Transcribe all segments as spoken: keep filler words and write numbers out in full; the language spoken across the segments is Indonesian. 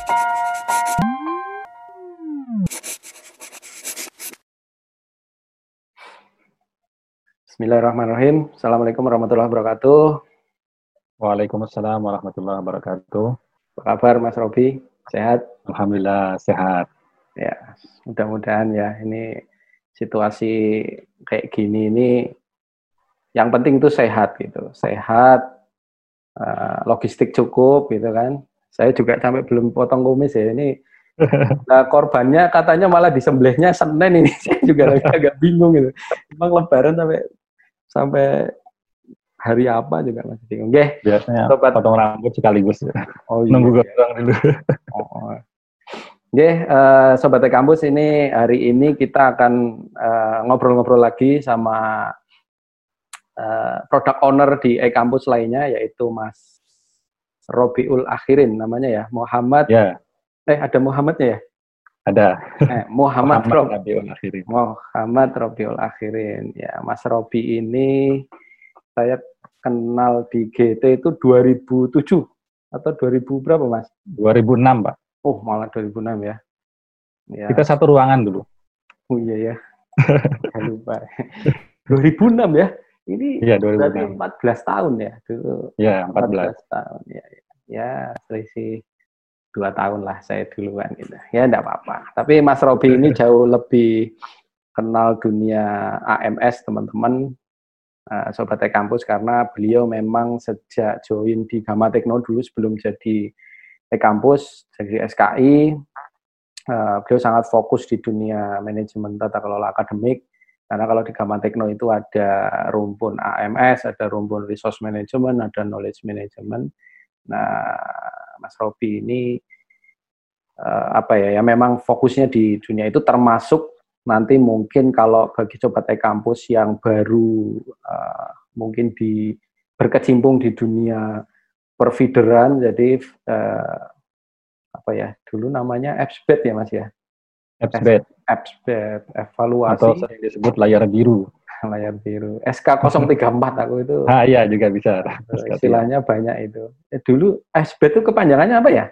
Bismillahirrahmanirrahim. Assalamualaikum warahmatullahi wabarakatuh. Waalaikumsalam warahmatullahi wabarakatuh. Apa kabar Mas Robi? Sehat? Alhamdulillah sehat. Ya, mudah-mudahan ya. Ini situasi kayak gini ini yang penting itu sehat gitu. Sehat, uh, logistik cukup gitu kan. Saya juga sampai belum potong kumis ya. Ini nah, korbannya katanya malah disembelihnya Senin ini. Saya juga lagi agak bingung gitu. Emang lebaran sampai sampai hari apa juga masih bingung. Oke, biasanya sobat. potong rambut sekaligus. Oh, iya, nunggu iya. gosong dulu. Oh. Oke, uh, Sobat E-Kampus, ini hari ini kita akan uh, ngobrol-ngobrol lagi sama uh, product owner di E-Kampus lainnya, yaitu Mas Robiul Akhirin namanya ya, Muhammad. Ya. Eh, ada Muhammadnya ya? Ada. Eh, Muhammad, Muhammad Robiul Akhirin. Muhammad Robiul Akhirin. Ya, Mas Robi ini saya kenal di G T itu dua ribu tujuh atau dua ribu berapa, Mas? dua ribu enam, Pak. Oh, malah dua ribu enam ya. Ya. Kita satu ruangan dulu. Oh iya ya. Jangan lupa. dua ribu enam ya. Ini ya, dua ribu enam. berarti empat belas tahun ya dulu. Ya, empat belas. empat belas tahun ya. Ya, selisih dua tahun lah saya duluan gitu. Ya enggak apa-apa. Tapi Mas Robi ini jauh lebih kenal dunia A M S, teman-teman. Uh, Sobat E-Kampus, karena beliau memang sejak join di Gamma Tekno dulu sebelum jadi E-Kampus, jadi S K I, uh, beliau sangat fokus di dunia manajemen tata kelola akademik, karena kalau di Gamma Tekno itu ada rumpun A M S, ada rumpun resource management, ada knowledge management. Nah, Mas Robi ini uh, apa ya, ya memang fokusnya di dunia itu, termasuk nanti mungkin kalau bagi Sobat E-Kampus yang baru uh, mungkin di berkecimpung di dunia perfeederan, jadi uh, apa ya, dulu namanya E P S B E T ya Mas ya? E P S B E T. E P S B E T, evaluasi. Atau sering disebut layar biru. Layar biru. S K nol tiga empat aku itu. Ah iya juga bisa. Istilahnya banyak itu. Eh, dulu E P S B E T itu kepanjangannya apa ya?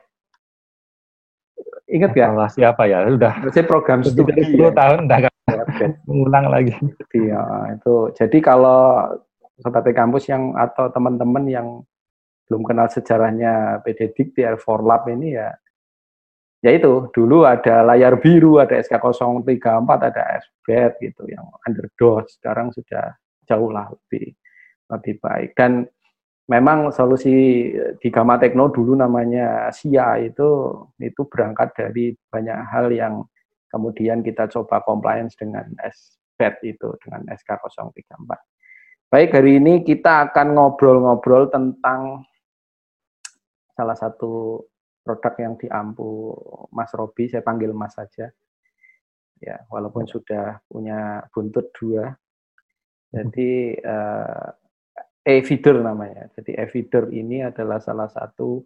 Ingat nggak? Evaluasi apa ya? Udah. Masih program studi dari sepuluh ya. tahun udah mengulang lagi. Iya, itu. Jadi kalau Sobat E-Kampus yang atau teman-teman yang belum kenal sejarahnya P D Dikti R empat Lab ini ya, ya itu, dulu ada layar biru, ada S K nol tiga empat, ada E P S B E T gitu, yang underdose. Sekarang sudah jauh lah lebih, lebih baik. Dan memang solusi di Gamma Tekno dulu namanya S I A itu, itu berangkat dari banyak hal yang kemudian kita coba compliance dengan S B E T itu, dengan S K nol tiga empat. Baik, hari ini kita akan ngobrol-ngobrol tentang salah satu produk yang diampu Mas Robi, saya panggil Mas saja. Ya, walaupun sudah punya buntut dua. Jadi uh, e-feeder namanya. Jadi e-feeder ini adalah salah satu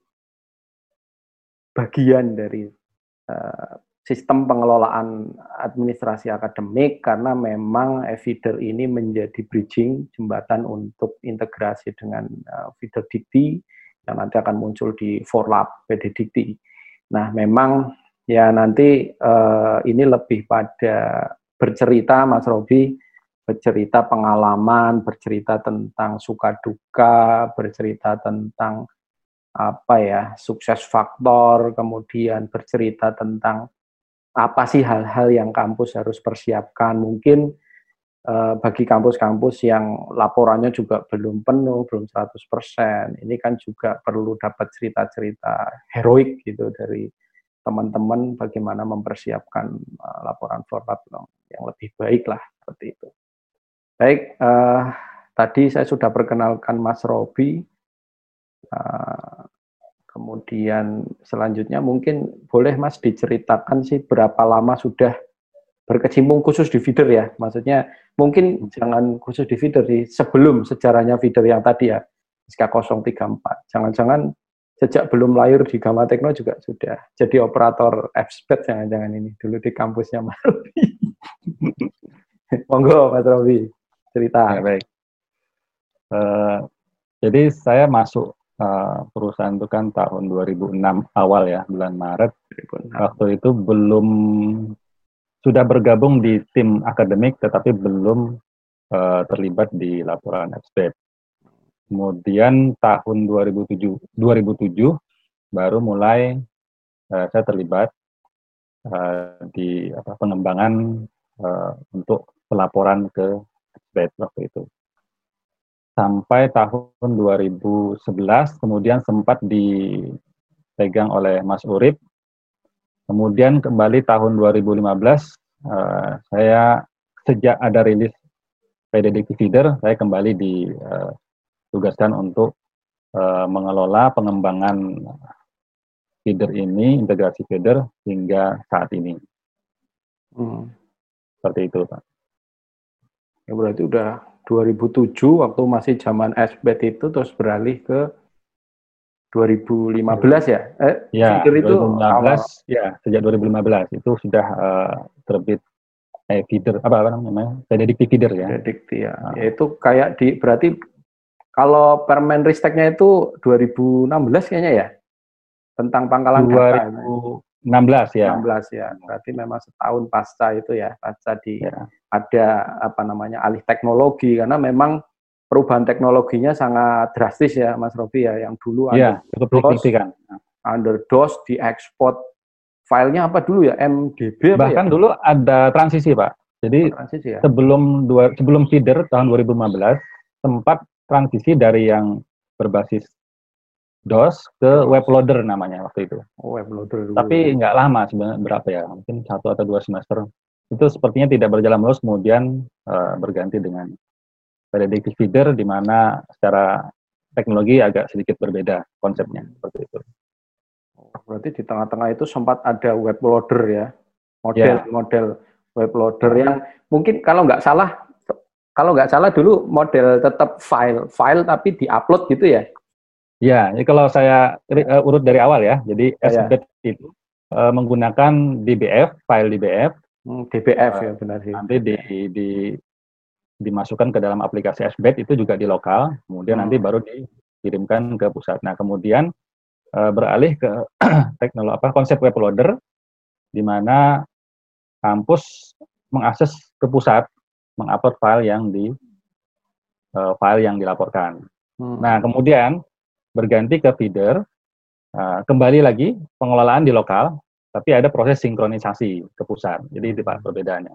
bagian dari uh, sistem pengelolaan administrasi akademik, karena memang e-feeder ini menjadi bridging, jembatan untuk integrasi dengan uh, feeder Dikti yang nanti akan muncul di empat Lab P D Dikti. Nah, memang ya nanti uh, ini lebih pada bercerita, Mas Robi, bercerita pengalaman, bercerita tentang suka duka, bercerita tentang apa ya, sukses faktor, kemudian bercerita tentang apa sih hal-hal yang kampus harus persiapkan. Mungkin eh, bagi kampus-kampus yang laporannya juga belum penuh, belum seratus persen, ini kan juga perlu dapat cerita-cerita heroik gitu dari teman-teman bagaimana mempersiapkan uh, laporan forward yang lebih baik lah, seperti itu. Baik, uh, tadi saya sudah perkenalkan Mas Robi. Uh, kemudian selanjutnya mungkin boleh Mas diceritakan sih berapa lama sudah berkecimpung khusus di feeder ya. Maksudnya mungkin jangan khusus di feeder, di sebelum sejarahnya feeder yang tadi ya, S K nol tiga empat. Jangan-jangan sejak belum lahir di Gamma Tekno juga sudah jadi operator E P S B E T, jangan-jangan ini dulu di kampusnya Mas Robi. Monggo Mas Robi, cerita. Ya, baik. Uh, jadi saya masuk uh, perusahaan itu kan tahun dua ribu enam awal ya, bulan Maret. Waktu itu belum, sudah bergabung di tim akademik, tetapi belum uh, terlibat di laporan S B E P. Kemudian tahun dua ribu tujuh baru mulai uh, saya terlibat uh, di apa, pengembangan uh, untuk pelaporan ke S B E P waktu itu. Sampai tahun dua ribu sebelas, kemudian sempat dipegang oleh Mas Urip. Kemudian kembali tahun dua ribu lima belas, uh, saya sejak ada rilis Pededikti Feeder, saya kembali ditugaskan uh, untuk uh, mengelola pengembangan feeder ini, integrasi feeder hingga saat ini. Hmm. Seperti itu, Pak. Ya berarti udah dua ribu tujuh waktu masih zaman S B E T itu terus beralih ke dua ribu lima belas ya? Eh, ya, feeder itu dua ribu lima belas, awal. ya, sejak dua ribu lima belas itu sudah uh, terbit eh, feeder, apa, apa namanya, Pededikti Feeder ya. Pededikti ya, nah. Yaitu kayak di, berarti kalau Permen Risteknya itu dua ribu enam belas kayaknya ya? Tentang pangkalan dua ribu enam belas data. ya. enam belas ya, berarti memang setahun pasca itu ya, pasca di ya. ada apa namanya alih teknologi, karena memang perubahan teknologinya sangat drastis ya Mas Rofi ya, yang dulu ya, under DOS, kan. under DOS diekspor filenya apa dulu ya, M D B apa bahkan ya? dulu ada transisi Pak, jadi oh, transisi, ya? sebelum dua, sebelum feeder tahun dua ribu lima belas sempat transisi dari yang berbasis DOS ke web loader namanya waktu itu. Oh, web loader dulu. Tapi nggak lama sebenarnya, berapa ya, mungkin satu atau dua semester. Itu sepertinya tidak berjalan mulus, kemudian uh, berganti dengan Pededikti Feeder, di mana secara teknologi agak sedikit berbeda konsepnya, seperti itu. Oh, berarti di tengah-tengah itu sempat ada web loader ya, model-model yeah. web loader yang mungkin kalau nggak salah, kalau nggak salah dulu model tetap file, file tapi diupload gitu ya? Ya, jadi kalau saya uh, urut dari awal ya, jadi S B E P itu uh, menggunakan D B F, file D B F. Hmm, D B F uh, ya benar sih. Nanti di, di, dimasukkan ke dalam aplikasi S B E P itu juga di lokal, kemudian hmm. nanti baru dikirimkan ke pusat. Nah, kemudian uh, beralih ke teknologi apa konsep web loader, di mana kampus mengakses ke pusat, mengupload file yang di uh, file yang dilaporkan. Hmm. Nah, kemudian berganti ke feeder, uh, kembali lagi pengelolaan di lokal, tapi ada proses sinkronisasi ke pusat. Jadi itu Pak perbedaannya.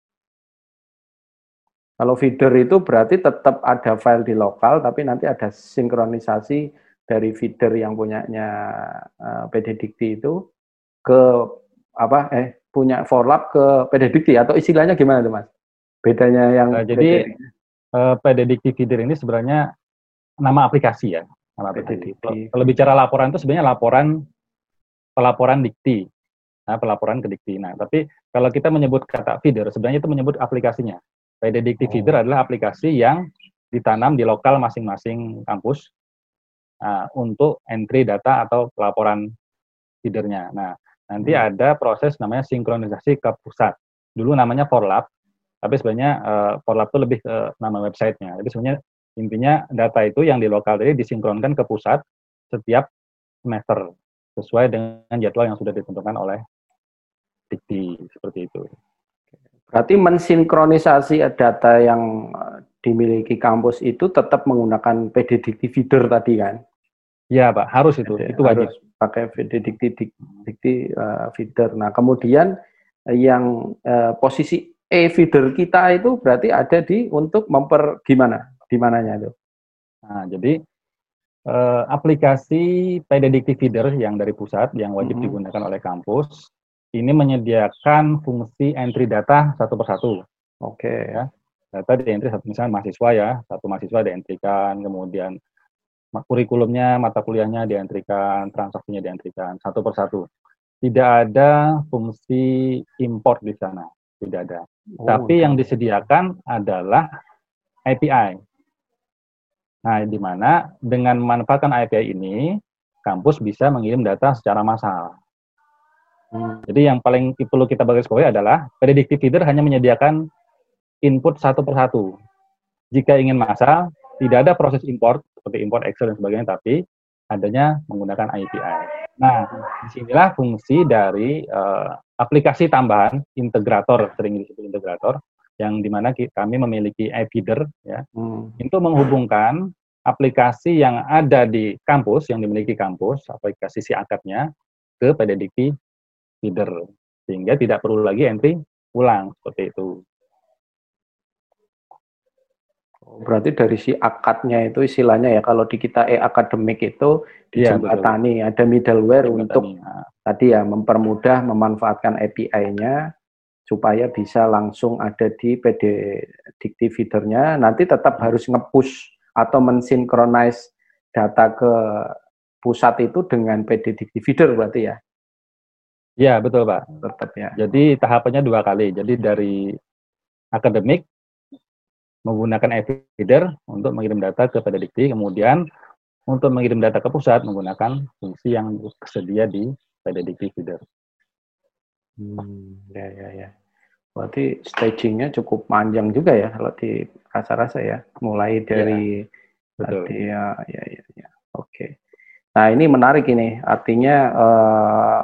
Kalau feeder itu berarti tetap ada file di lokal, tapi nanti ada sinkronisasi dari feeder yang punyanya uh, Pededikti itu ke apa? Eh punya forlap ke Pededikti, atau istilahnya gimana tuh Mas? Bedanya yang uh, jadi uh, Pededikti feeder ini sebenarnya nama aplikasi ya. Nama aplikasi. Kalau, kalau bicara laporan itu sebenarnya laporan pelaporan dikti. Nah, pelaporan ke dikti. Nah, tapi kalau kita menyebut kata feeder, sebenarnya itu menyebut aplikasinya. Pededikti oh. Feeder adalah aplikasi yang ditanam di lokal masing-masing kampus uh, untuk entry data atau pelaporan feedernya. Nah, nanti hmm. ada proses namanya sinkronisasi ke pusat. Dulu namanya forlap, tapi sebenarnya uh, forlap itu lebih ke nama websitenya. Jadi sebenarnya intinya data itu yang di lokal tadi disinkronkan ke pusat setiap semester sesuai dengan jadwal yang sudah ditentukan oleh dikti, seperti itu. Berarti mensinkronisasi data yang dimiliki kampus itu tetap menggunakan Pededikti Feeder tadi kan? Ya Pak, harus itu, Jadi, itu wajib. Harus pakai Pededikti dikti uh, Feeder. Nah kemudian yang uh, posisi e-feeder kita itu berarti ada di untuk memper gimana? Di mananya itu? Nah, jadi eh, aplikasi Pededikti Feeder yang dari pusat yang wajib mm-hmm. digunakan oleh kampus ini menyediakan fungsi entry data satu persatu. Oke. Okay. Ya, data di entry satu, misalnya mahasiswa ya, satu mahasiswa dientrikan, kemudian kurikulumnya, mata kuliahnya dientrikan, transaksinya dientrikan satu persatu. Tidak ada fungsi import di sana, tidak ada. Oh, Tapi okay. yang disediakan adalah A P I. Nah, di mana dengan memanfaatkan A P I ini, kampus bisa mengirim data secara massal. Hmm. Jadi yang paling perlu kita garis bawahi adalah Pededikti Feeder hanya menyediakan input satu persatu. Jika ingin massal, tidak ada proses import seperti import Excel dan sebagainya, tapi adanya menggunakan A P I. Nah, disinilah fungsi dari uh, aplikasi tambahan integrator, sering disebut integrator, yang dimana kami memiliki e-feeder ya, hmm. untuk menghubungkan aplikasi yang ada di kampus, yang dimiliki kampus, aplikasi si akadnya, ke P D Dikti feeder, sehingga tidak perlu lagi entry ulang, seperti itu. Berarti dari si akadnya itu istilahnya ya, kalau di kita e-akademik itu dijembatani, ya, ada middleware dijembatani, untuk nah. tadi ya mempermudah memanfaatkan A P I-nya supaya bisa langsung ada di P D Dikti feeder-nya. Nanti tetap hmm. harus nge-push atau mensinkronize data ke pusat itu dengan P D Dikti feeder berarti ya? Iya, betul Pak. Tetap ya. Jadi tahapannya dua kali. Jadi dari akademik menggunakan e-feeder untuk mengirim data ke P D Dikti, kemudian untuk mengirim data ke pusat menggunakan fungsi yang tersedia di P D Dikti feeder. Hmm, ya ya ya. Berarti stagingnya cukup panjang juga ya kalau di rasa-rasa ya, mulai dari ya, tadi ya ya ya. ya. Oke. Okay. Nah ini menarik ini, artinya eh,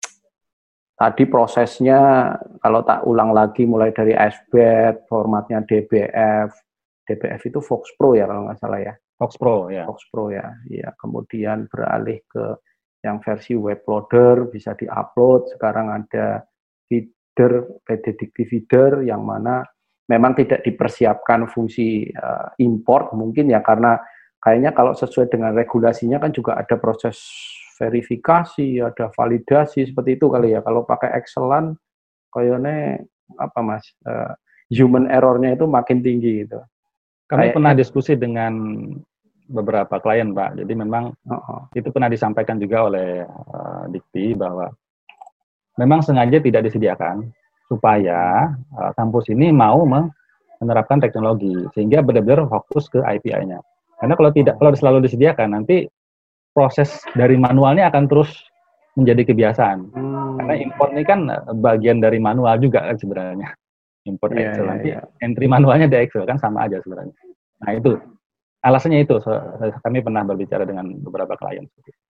tadi prosesnya kalau tak ulang lagi mulai dari S B E T, formatnya D B F, D B F itu Fox Pro ya kalau nggak salah ya. Fox Pro ya. Fox Pro ya. Ya, kemudian beralih ke yang versi web loader bisa diupload. Sekarang ada feeder, P D Dikti feeder yang mana memang tidak dipersiapkan fungsi uh, import mungkin ya, karena kayaknya kalau sesuai dengan regulasinya kan juga ada proses verifikasi, ada validasi seperti itu kali ya. Kalau pakai Excelan, kayaknya apa mas, uh, human error-nya itu makin tinggi gitu. Kami Kayak, pernah diskusi dengan beberapa klien Pak, jadi memang uh-uh. itu pernah disampaikan juga oleh uh, Dikti bahwa memang sengaja tidak disediakan supaya uh, kampus ini mau menerapkan teknologi sehingga benar-benar fokus ke A P I-nya. Karena kalau tidak, kalau selalu disediakan nanti proses dari manualnya akan terus menjadi kebiasaan. Hmm. Karena import ini kan bagian dari manual juga kan sebenarnya. Import yeah, Excel yeah, nanti yeah. entry manualnya di Excel kan sama aja sebenarnya. Nah itu alasannya itu. So, kami pernah berbicara dengan beberapa klien.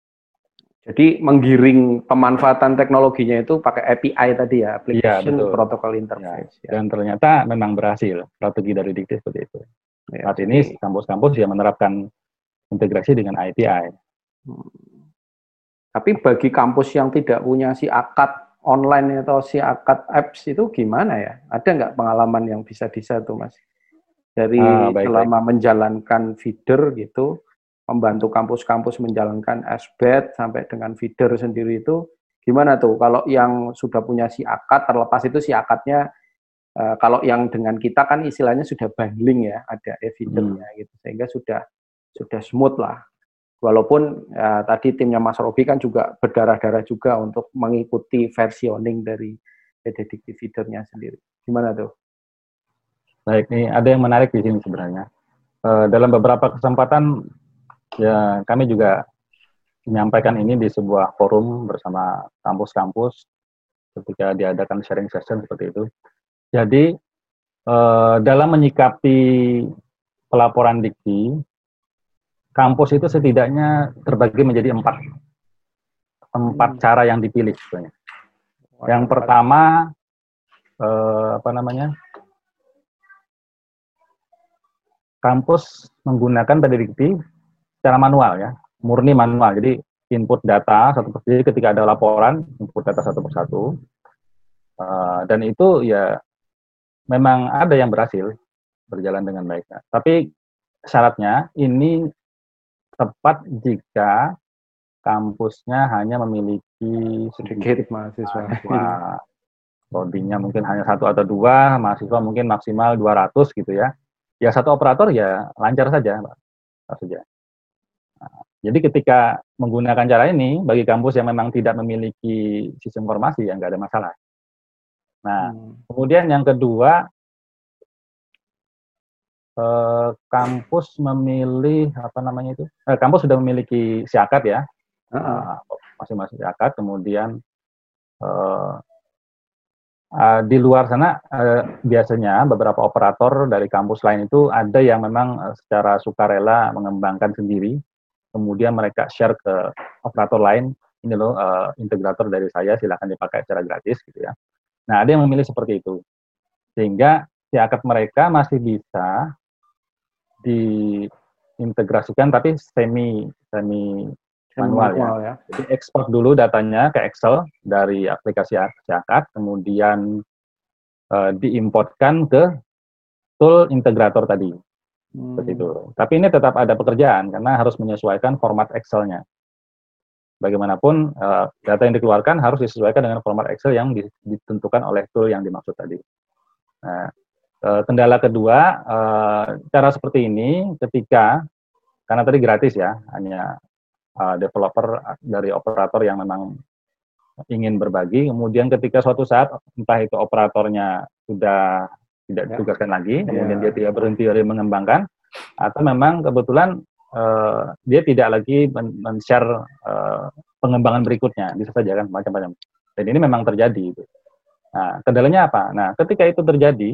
Jadi menggiring pemanfaatan teknologinya itu pakai A P I tadi ya, application ya, protocol interface. Ya. Ya. Dan ternyata memang berhasil strategi dari Dikti seperti itu. Ya, Saat jadi, ini kampus-kampus yang menerapkan integrasi dengan A P I. Hmm. Tapi bagi kampus yang tidak punya si akad online atau si akad apps itu gimana ya? Ada nggak pengalaman yang bisa bisa tuh mas? Dari ah, baik, selama baik. menjalankan feeder gitu, membantu kampus-kampus menjalankan S B E T sampai dengan feeder sendiri itu gimana tuh? Kalau yang sudah punya si akad, terlepas itu si akadnya, uh, kalau yang dengan kita kan istilahnya sudah bundling ya, ada e-feedernya hmm. gitu, sehingga sudah sudah smooth lah. Walaupun ya, tadi timnya Mas Robi kan juga berdarah-darah juga untuk mengikuti versioning dari P D Dikti feedernya sendiri. Gimana tuh? Baik, nih ada yang menarik di sini sebenarnya. E, dalam beberapa kesempatan ya kami juga menyampaikan ini di sebuah forum bersama kampus-kampus ketika diadakan sharing session seperti itu. Jadi e, dalam menyikapi pelaporan Dikti, kampus itu setidaknya terbagi menjadi empat empat hmm. cara yang dipilih sebenarnya. Yang pertama eh, apa namanya, kampus menggunakan P D Dikti secara manual ya, murni manual. Jadi input data satu persatu ketika ada laporan, input data satu persatu, uh, dan itu ya memang ada yang berhasil berjalan dengan baik. Tapi syaratnya ini tepat jika kampusnya hanya memiliki sedikit mahasiswa. Codingnya mungkin hanya satu atau dua, mahasiswa mungkin maksimal dua ratus gitu ya. Ya satu operator ya lancar saja, Pak. Saja. Nah, jadi ketika menggunakan cara ini, bagi kampus yang memang tidak memiliki sistem informasi ya nggak ada masalah. Nah, hmm. kemudian yang kedua, eh, kampus memilih apa namanya itu? Eh, kampus sudah memiliki siakat ya, uh-uh. masing-masing siakat. Kemudian eh, Uh, di luar sana uh, biasanya beberapa operator dari kampus lain itu ada yang memang uh, secara sukarela mengembangkan sendiri, kemudian mereka share ke operator lain ini loh uh, integrator dari saya, silakan dipakai secara gratis gitu ya. Nah, ada yang memilih seperti itu. Sehingga si akad mereka masih bisa diintegrasikan tapi semi semi manual, manual ya. ya. Jadi ekspor dulu datanya ke Excel dari aplikasi akad, kemudian uh, diimportkan ke tool integrator tadi. Hmm. Seperti itu. Tapi ini tetap ada pekerjaan karena harus menyesuaikan format Excel-nya. Bagaimanapun uh, data yang dikeluarkan harus disesuaikan dengan format Excel yang ditentukan oleh tool yang dimaksud tadi. Nah, uh, kendala kedua, uh, cara seperti ini ketika, karena tadi gratis ya, hanya uh, developer dari operator yang memang ingin berbagi, kemudian ketika suatu saat, entah itu operatornya sudah tidak ditugaskan ya. lagi, kemudian ya. dia tidak berhenti dari mengembangkan, atau memang kebetulan uh, dia tidak lagi men-share uh, pengembangan berikutnya, bisa saja kan macam-macam. Dan ini memang terjadi. Gitu. Nah, kendalanya apa? Nah, ketika itu terjadi,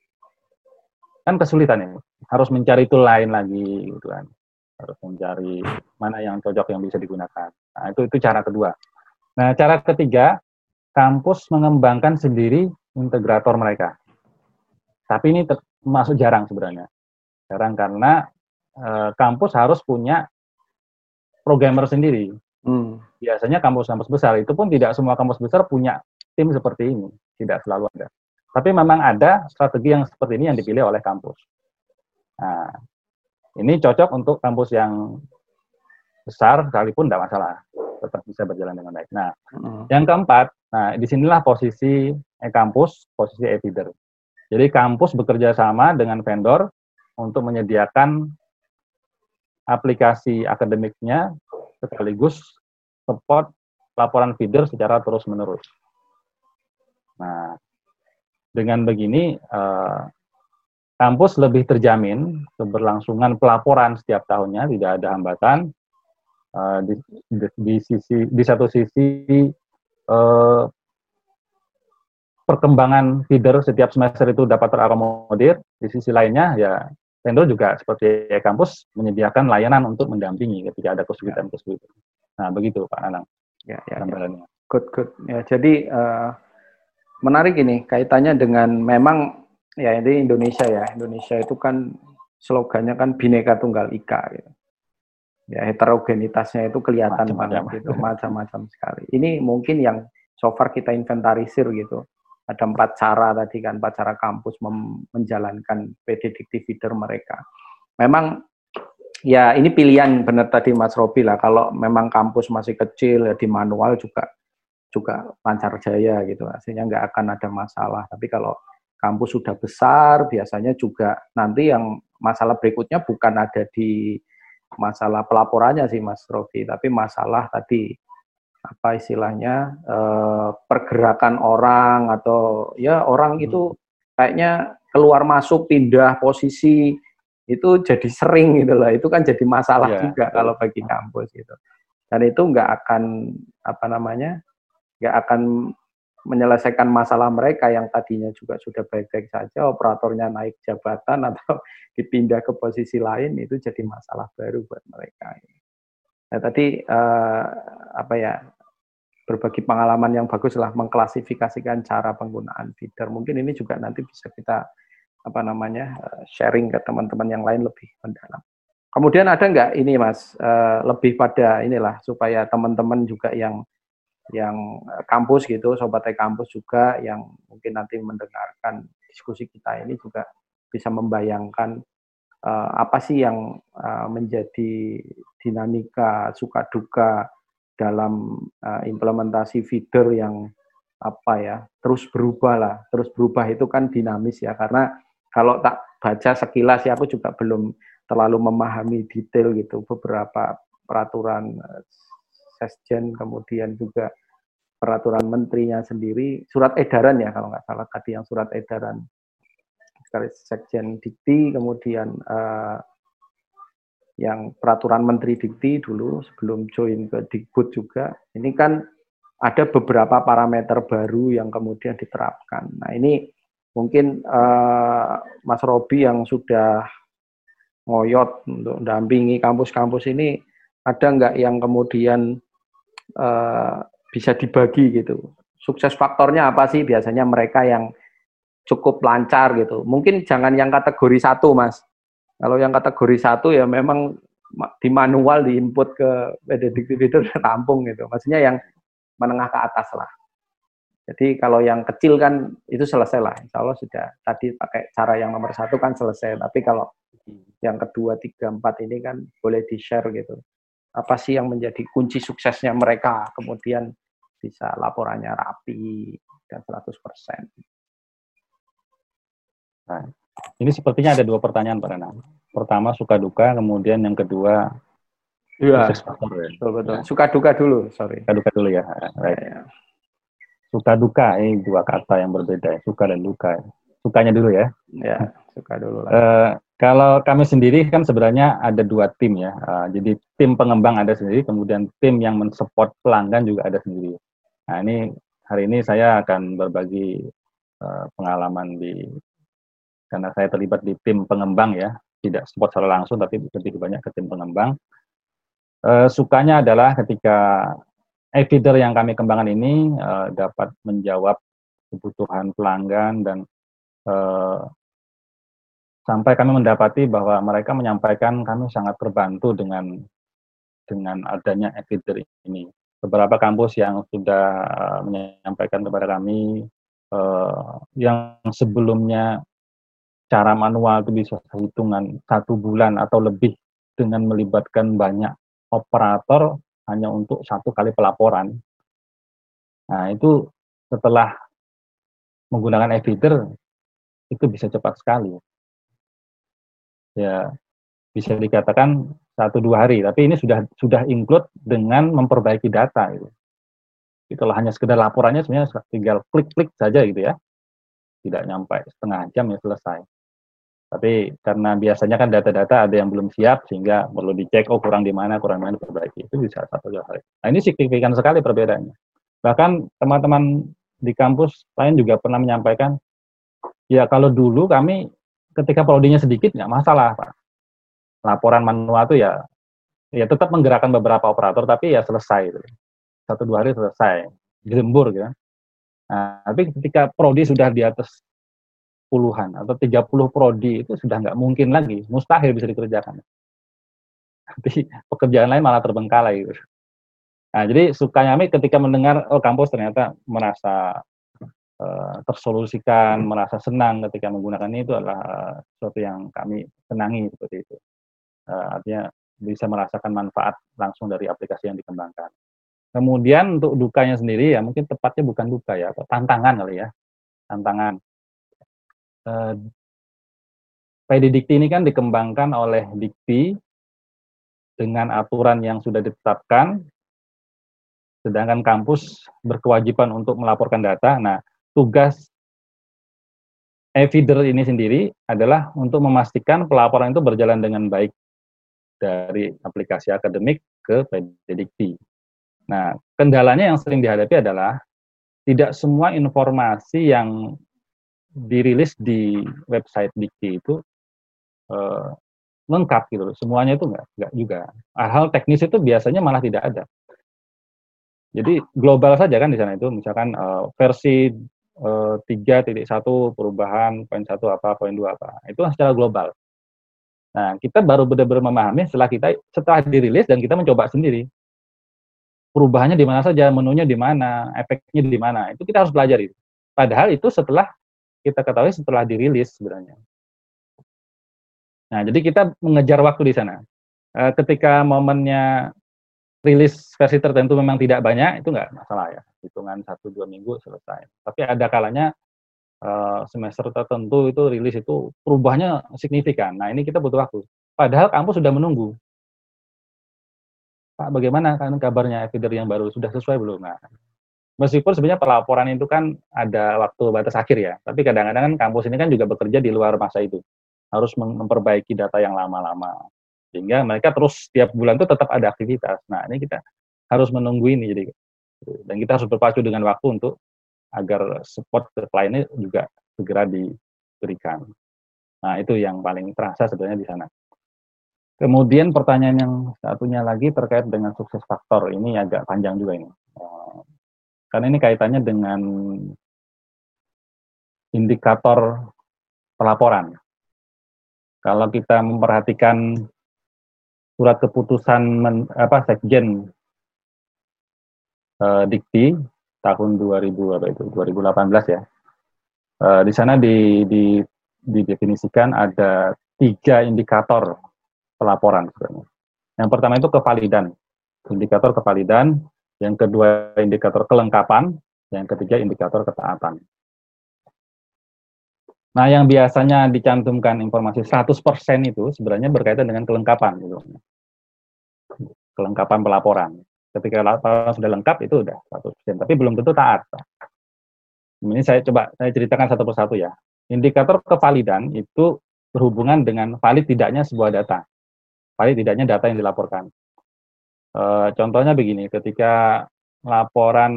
kan kesulitan ini, harus mencari tool lain lagi, gitu kan, harus mencari mana yang cocok yang bisa digunakan. Nah, itu itu cara kedua. Nah, cara ketiga, kampus mengembangkan sendiri integrator mereka. Tapi ini termasuk jarang sebenarnya. Jarang karena e, kampus harus punya programmer sendiri. Hmm. Biasanya kampus-kampus besar, itu pun tidak semua kampus besar punya tim seperti ini. Tidak selalu ada. Tapi memang ada strategi yang seperti ini yang dipilih oleh kampus. Nah, ini cocok untuk kampus yang besar, sekalipun tidak masalah. Tetap bisa berjalan dengan baik. Nah, hmm. yang keempat, nah disinilah posisi e-kampus, posisi e-feeder. Jadi kampus bekerja sama dengan vendor untuk menyediakan aplikasi akademiknya sekaligus support laporan feeder secara terus-menerus. Nah, dengan begini eh, kampus lebih terjamin keberlangsungan pelaporan setiap tahunnya, tidak ada hambatan. Eh, di, di, di sisi di satu sisi eh, perkembangan feeder setiap semester itu dapat terakomodir, di sisi lainnya ya vendor juga seperti kampus menyediakan layanan untuk mendampingi ketika ada kesulitan-kesulitan. Nah, begitu Pak Nanang. Ya, ya, ya. Good, good. Ya, jadi uh, menarik ini kaitannya dengan memang ya ini Indonesia ya. Indonesia itu kan slogannya kan Bhinneka Tunggal Ika gitu. Ya, heterogenitasnya itu kelihatan macam, banget gitu, macam-macam sekali. Ini mungkin yang so far kita inventarisir gitu. Ada empat cara tadi kan, empat cara kampus menjalankan P D Dikti Feeder mereka. Memang ya ini pilihan benar tadi Mas Robi lah. Kalau memang kampus masih kecil ya di manual juga juga lancar jaya gitu. Artinya nggak akan ada masalah. Tapi kalau kampus sudah besar, biasanya juga nanti yang masalah berikutnya bukan ada di masalah pelaporannya sih Mas Robi, tapi masalah tadi apa istilahnya eh, pergerakan orang atau ya orang itu kayaknya keluar masuk pindah posisi itu jadi sering gitu lah, itu kan jadi masalah yeah, juga yeah. kalau bagi kampus gitu. Dan itu nggak akan apa namanya nggak akan menyelesaikan masalah mereka yang tadinya juga sudah baik-baik saja, operatornya naik jabatan atau dipindah ke posisi lain, itu jadi masalah baru buat mereka. Nah, tadi eh, apa ya berbagi pengalaman yang bagus lah mengklasifikasikan cara penggunaan feeder. Mungkin ini juga nanti bisa kita apa namanya sharing ke teman-teman yang lain lebih mendalam. Kemudian ada nggak ini Mas eh, lebih pada inilah supaya teman-teman juga yang yang kampus gitu, sobat kampus juga yang mungkin nanti mendengarkan diskusi kita ini juga bisa membayangkan uh, apa sih yang uh, menjadi dinamika suka duka dalam uh, implementasi feeder yang apa ya terus berubah lah, terus berubah itu kan dinamis ya, karena kalau tak baca sekilas ya aku juga belum terlalu memahami detail gitu beberapa peraturan Sesjen, kemudian juga peraturan menterinya sendiri, surat edaran ya kalau nggak salah tadi yang surat edaran Sekjen Dikti, kemudian uh, yang peraturan Menteri Dikti dulu sebelum join ke Dikbud juga, ini kan ada beberapa parameter baru yang kemudian diterapkan. Nah ini mungkin uh, Mas Robi yang sudah ngoyot untuk mendampingi kampus-kampus ini, ada nggak yang kemudian uh, bisa dibagi gitu. Sukses faktornya apa sih? Biasanya mereka yang cukup lancar gitu. Mungkin jangan yang kategori satu, Mas. Kalau yang kategori satu ya memang di manual di input ke predictive feeder rampung gitu. Maksudnya yang menengah ke atas lah. Jadi kalau yang kecil kan itu selesai lah. Insya Allah sudah tadi pakai cara yang nomor satu kan selesai. Tapi kalau yang kedua, tiga, empat ini kan boleh di-share gitu. Apa sih yang menjadi kunci suksesnya mereka? Kemudian bisa laporannya rapi dan seratus persen. Nah, ini sepertinya ada dua pertanyaan Pak Renang. Pertama suka duka, kemudian yang kedua ya, sukses faktor. Ya. Betul, betul. Ya. Suka duka dulu, sorry. Suka duka dulu ya. Right. Ya, ya. Suka duka, ini dua kata yang berbeda, suka dan duka. Sukanya dulu ya. Ya, suka dulu lah. Uh, kalau kami sendiri kan sebenarnya ada dua tim ya. Uh, jadi tim pengembang ada sendiri, kemudian tim yang mensupport pelanggan juga ada sendiri. Nah ini hari ini saya akan berbagi uh, pengalaman di karena saya terlibat di tim pengembang ya, tidak support secara langsung tapi lebih banyak ke tim pengembang. Uh, sukanya adalah ketika e-feeder yang kami kembangkan ini uh, dapat menjawab kebutuhan pelanggan dan uh, sampai kami mendapati bahwa mereka menyampaikan kami sangat terbantu dengan dengan adanya e-feeder ini. Beberapa kampus yang sudah uh, menyampaikan kepada kami uh, yang sebelumnya cara manual itu bisa hitungan satu bulan atau lebih dengan melibatkan banyak operator hanya untuk satu kali pelaporan. Nah itu setelah menggunakan e-feeder itu bisa cepat sekali. Ya bisa dikatakan satu dua hari, tapi ini sudah sudah include dengan memperbaiki data gitu. Itulah hanya sekedar laporannya sebenarnya tinggal klik-klik saja gitu ya. Tidak nyampe setengah jam ya selesai. Tapi karena biasanya kan data-data ada yang belum siap sehingga perlu dicek oh kurang di mana, kurang di mana diperbaiki. Itu bisa satu dua hari. Nah, ini signifikan sekali perbedaannya. Bahkan teman-teman di kampus lain juga pernah menyampaikan ya kalau dulu kami ketika prodinya sedikit nggak masalah, Pak. Laporan manual itu ya ya tetap menggerakkan beberapa operator tapi ya selesai gitu. Satu dua hari selesai. Gembur gitu. Nah, tapi ketika prodi sudah di atas puluhan atau tiga puluh prodi itu sudah nggak mungkin lagi, mustahil bisa dikerjakan. Tapi pekerjaan lain malah terbengkalai gitu. Nah, jadi sukanya kami ketika mendengar oh kampus ternyata merasa uh, tersolusikan, merasa senang ketika menggunakan ini itu adalah uh, sesuatu yang kami senangi seperti itu. Uh, artinya bisa merasakan manfaat langsung dari aplikasi yang dikembangkan. Kemudian untuk dukanya sendiri ya mungkin tepatnya bukan duka ya, atau tantangan kali ya, tantangan. Uh, P D Dikti ini kan dikembangkan oleh Dikti dengan aturan yang sudah ditetapkan, sedangkan kampus berkewajiban untuk melaporkan data. Nah, tugas e-feeder ini sendiri adalah untuk memastikan pelaporan itu berjalan dengan baik dari aplikasi akademik ke P D Dikti. Nah, kendalanya yang sering dihadapi adalah tidak semua informasi yang dirilis di website Dikti itu eh, lengkap gitu loh. Semuanya itu enggak, enggak juga. Hal-hal teknis itu biasanya malah tidak ada. Jadi global saja kan di sana itu, misalkan uh, versi uh, tiga titik satu perubahan, poin satu apa, poin dua apa. Itu secara global. Nah, kita baru benar-benar memahami setelah kita setelah dirilis dan kita mencoba sendiri. Perubahannya di mana saja, menunya di mana, efeknya di mana. Itu kita harus pelajari. Padahal itu setelah kita ketahui setelah dirilis sebenarnya. Nah, jadi kita mengejar waktu di sana. Uh, ketika momennya rilis versi tertentu memang tidak banyak, itu nggak masalah ya. Hitungan satu dua minggu selesai. Tapi ada kalanya uh, semester tertentu itu rilis itu perubahannya signifikan. Nah, ini kita butuh waktu. Padahal kampus sudah menunggu. Pak, bagaimana kan kabarnya e-feeder yang baru? Sudah sesuai belum? Nah, meskipun sebenarnya pelaporan itu kan ada waktu batas akhir ya, tapi kadang-kadang kan kampus ini kan juga bekerja di luar masa itu. Harus memperbaiki data yang lama-lama. Sehingga mereka terus setiap bulan itu tetap ada aktivitas. Nah, ini kita harus menunggu ini. Jadi, dan kita harus berpacu dengan waktu untuk agar support ke kliennya juga segera diberikan. Nah, itu yang paling terasa sebenarnya di sana. Kemudian pertanyaan yang satunya lagi terkait dengan sukses faktor. Ini agak panjang juga ini. Karena ini kaitannya dengan indikator pelaporan. Kalau kita memperhatikan surat keputusan men, apa Sekjen eh, Dikti tahun dua ribu apa itu dua ribu delapan belas ya. Eh, di sana di, di, didefinisikan ada tiga indikator pelaporan sebenarnya. Yang pertama itu kevalidan, indikator kevalidan. Yang kedua indikator kelengkapan. Yang ketiga indikator ketaatan. Nah, yang biasanya dicantumkan informasi seratus persen itu sebenarnya berkaitan dengan kelengkapan gitu. Kelengkapan pelaporan. Ketika laporan sudah lengkap itu udah seratus persen, tapi belum tentu taat. Ini saya coba saya ceritakan satu persatu ya. Indikator kevalidan itu berhubungan dengan valid tidaknya sebuah data. Valid tidaknya data yang dilaporkan. E, contohnya begini, ketika laporan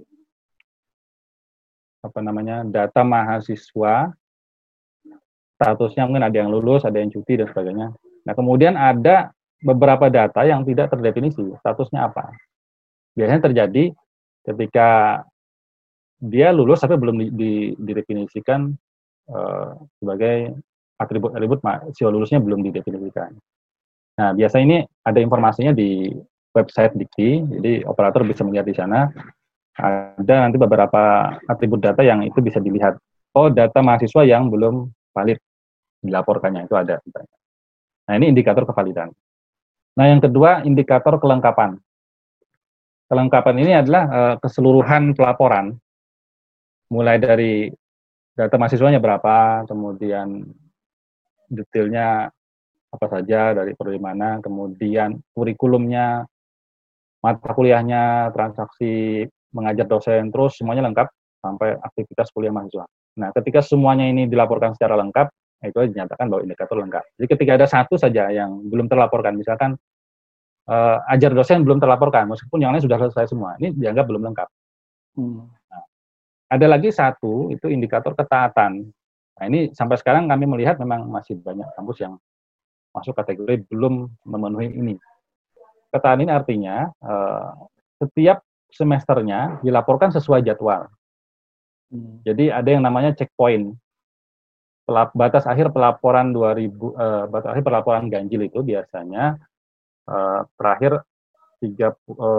apa namanya data mahasiswa, statusnya mungkin ada yang lulus, ada yang cuti dan sebagainya. Nah, kemudian ada beberapa data yang tidak terdefinisi statusnya apa. Biasanya terjadi ketika dia lulus tapi belum di, di, didefinisikan uh, sebagai atribut-atribut mahasiswa lulusnya belum didefinisikan. Nah, biasa ini ada informasinya di website Dikti, jadi operator bisa melihat di sana. Ada nanti beberapa atribut data yang itu bisa dilihat. Oh, data mahasiswa yang belum valid dilaporkannya itu ada. Nah, ini indikator kevalidan. Nah, yang kedua indikator kelengkapan. Kelengkapan ini adalah uh, keseluruhan pelaporan, mulai dari data mahasiswanya berapa, kemudian detailnya apa saja, dari prodi mana, kemudian kurikulumnya, mata kuliahnya, transaksi mengajar dosen, terus semuanya lengkap sampai aktivitas kuliah mahasiswa. Nah, ketika semuanya ini dilaporkan secara lengkap, itu dinyatakan bahwa indikator lengkap. Jadi ketika ada satu saja yang belum terlaporkan, misalkan uh, ajar dosen belum terlaporkan, meskipun yang lain sudah selesai semua, ini dianggap belum lengkap. Hmm. Nah, ada lagi satu, itu indikator ketaatan. Nah, ini sampai sekarang kami melihat memang masih banyak kampus yang masuk kategori belum memenuhi ini. Ketaatan ini artinya uh, setiap semesternya dilaporkan sesuai jadwal. Hmm. Jadi ada yang namanya checkpoint. Batas akhir pelaporan dua ribu uh, batas akhir pelaporan ganjil itu biasanya uh, terakhir tiga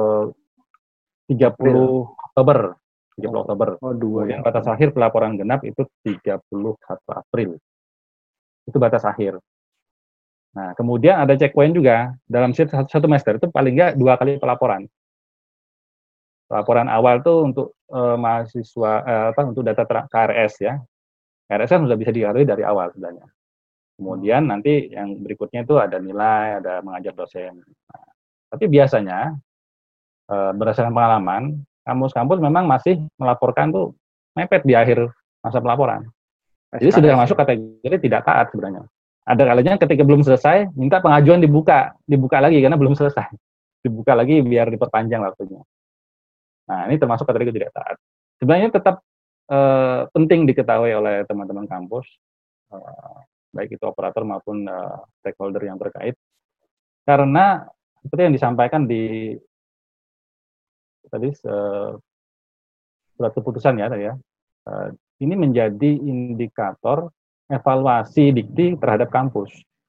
puluh Oktober. tiga puluh Oktober. Oh, dua. Kemudian batas akhir pelaporan genap itu tiga puluh satu April. Itu batas akhir. Nah, kemudian ada checkpoint juga. Dalam satu semester itu paling nggak dua kali pelaporan. Laporan awal tuh untuk eh, mahasiswa eh, apa untuk data K R S ya. K R S kan sudah bisa dilalui dari awal sebenarnya. Kemudian nanti yang berikutnya itu ada nilai, ada mengajar dosen. Nah, tapi biasanya eh, berdasarkan pengalaman, kampus-kampus memang masih melaporkan tuh mepet di akhir masa pelaporan. Jadi S K S sudah masuk kategori tidak taat sebenarnya. Ada kalanya ketika belum selesai, minta pengajuan dibuka, dibuka lagi karena belum selesai. Dibuka lagi biar diperpanjang waktunya. Nah, ini termasuk kategori tidak taat. Sebenarnya tetap eh, penting diketahui oleh teman-teman kampus, eh, baik itu operator maupun eh, stakeholder yang terkait. Karena seperti yang disampaikan di tadi eh, surat keputusan ya tadi ya. Eh, ini menjadi indikator evaluasi Dikti terhadap kampus.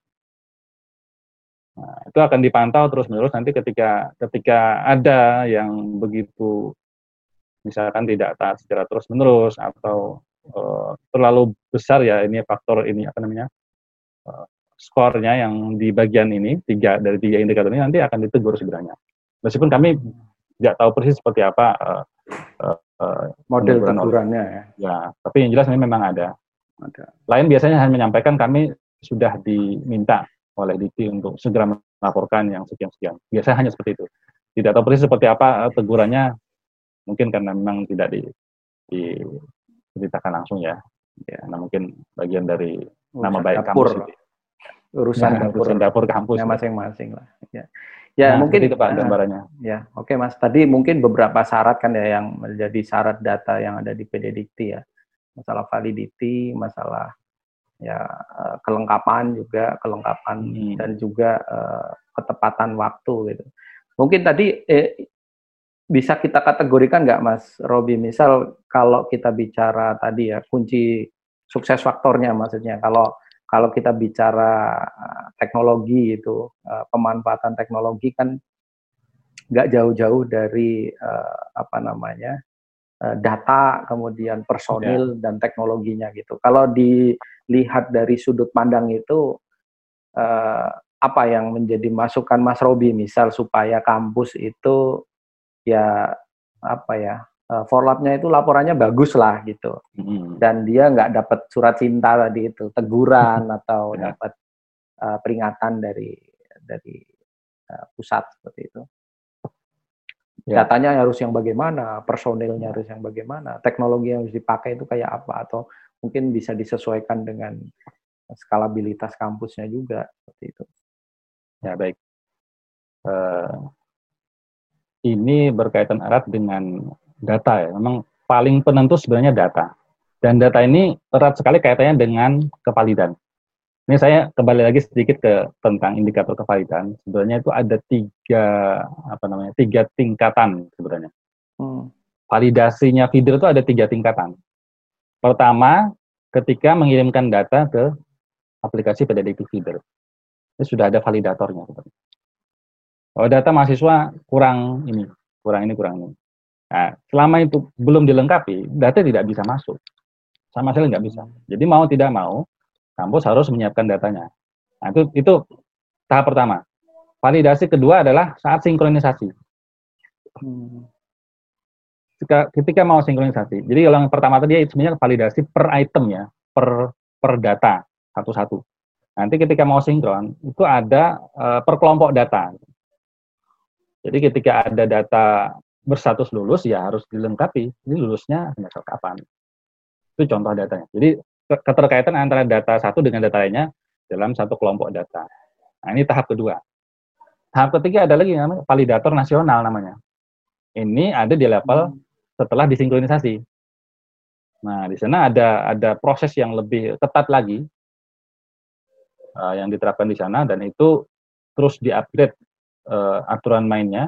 Nah, itu akan dipantau terus-menerus nanti ketika ketika ada yang begitu misalkan tidak taat secara terus-menerus atau uh, terlalu besar ya ini faktor ini apa namanya uh, skornya yang di bagian ini tiga dari tiga indikator ini nanti akan ditegur sebenarnya. Meskipun kami tidak tahu persis seperti apa uh, uh, uh, model tegurannya ya. Ya, tapi yang jelas ini memang ada. ada. Lain biasanya hanya menyampaikan kami sudah diminta oleh Dikti untuk segera melaporkan yang sekian-sekian. Biasanya hanya seperti itu. Tidak tahu persis seperti apa tegurannya, mungkin karena memang tidak di, diceritakan langsung ya. Ya, nah mungkin bagian dari urusan nama baik dapur. Kampus itu. Urusan ya, dapur, urusan dapur kampus ya, masing-masing lah. Ya, ya nah, mungkin itu Pak gambarannya. Uh, ya, oke okay, Mas. Tadi mungkin beberapa syarat kan ya yang menjadi syarat data yang ada di P D Dikti ya. Masalah validity, masalah ya uh, kelengkapan juga kelengkapan hmm. dan juga uh, ketepatan waktu gitu. Mungkin tadi eh, bisa kita kategorikan nggak Mas Robi, misal kalau kita bicara tadi ya kunci sukses faktornya, maksudnya kalau kalau kita bicara teknologi itu uh, pemanfaatan teknologi kan nggak jauh-jauh dari uh, apa namanya uh, data, kemudian personil ya. Dan teknologinya gitu. Kalau dilihat dari sudut pandang itu uh, apa yang menjadi masukan Mas Robi, misal supaya kampus itu ya apa ya uh, forwardnya itu laporannya bagus lah gitu, hmm. dan dia nggak dapat surat cinta tadi itu, teguran atau ya. dapat uh, peringatan dari dari uh, pusat seperti itu. Ya. Datanya harus yang bagaimana, personilnya harus yang bagaimana, teknologi yang harus dipakai itu kayak apa, atau mungkin bisa disesuaikan dengan skalabilitas kampusnya juga seperti itu. Ya baik. Uh, ini berkaitan erat dengan data ya. Memang paling penentu sebenarnya data. Dan data ini erat sekali kaitannya dengan kevalidan. Ini saya kembali lagi sedikit ke tentang indikator kevalidan. Sebenarnya itu ada tiga apa namanya tiga tingkatan sebenarnya. Hmm. Validasinya feeder itu ada tiga tingkatan. Pertama, ketika mengirimkan data ke aplikasi predictive feeder, ini sudah ada validatornya. Kalau data mahasiswa kurang ini, kurang ini, kurang ini. Nah, selama itu belum dilengkapi, data tidak bisa masuk, sama sekali nggak bisa. Jadi mau tidak mau, kampus harus menyiapkan datanya. Nah, itu, itu tahap pertama. Validasi kedua adalah saat sinkronisasi. Hmm. Ketika, ketika mau sinkronisasi, jadi kalau yang pertama tadi sebenarnya validasi per item ya, per per data satu-satu. Nanti ketika mau sinkron, itu ada uh, per kelompok data. Jadi ketika ada data berstatus lulus, ya harus dilengkapi. Ini lulusnya semester kapan? Itu contoh datanya. Jadi keterkaitan antara data satu dengan data lainnya dalam satu kelompok data. Nah, ini tahap kedua. Tahap ketiga ada lagi namanya validator nasional namanya. Ini ada di level setelah disinkronisasi. Nah, di sana ada ada proses yang lebih ketat lagi uh, yang diterapkan di sana, dan itu terus diupgrade uh, aturan mainnya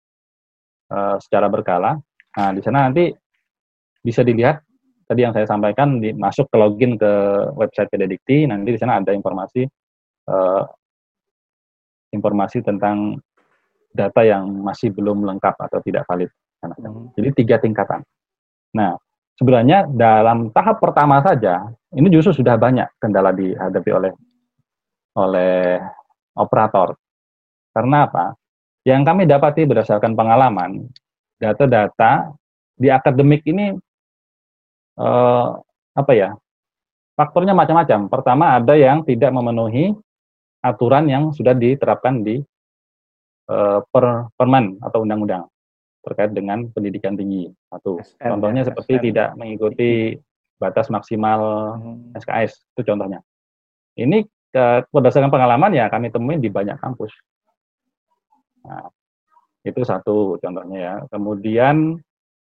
uh, secara berkala. Nah, di sana nanti bisa dilihat tadi yang saya sampaikan, di, masuk ke login ke website Pededikti, nanti di sana ada informasi uh, informasi tentang data yang masih belum lengkap atau tidak valid. Hmm. Jadi tiga tingkatan. Nah, sebenarnya dalam tahap pertama saja, ini justru sudah banyak kendala dihadapi oleh oleh operator. Karena apa? Yang kami dapati berdasarkan pengalaman, data-data di akademik ini Uh, apa ya, faktornya macam-macam. Pertama, ada yang tidak memenuhi aturan yang sudah diterapkan di uh, per, permen atau undang-undang terkait dengan pendidikan tinggi. Satu, contohnya ya, seperti S M. Tidak mengikuti batas maksimal hmm. S K S, itu contohnya. Ini uh, berdasarkan pengalaman ya kami temuin di banyak kampus. Nah, itu satu contohnya ya. Kemudian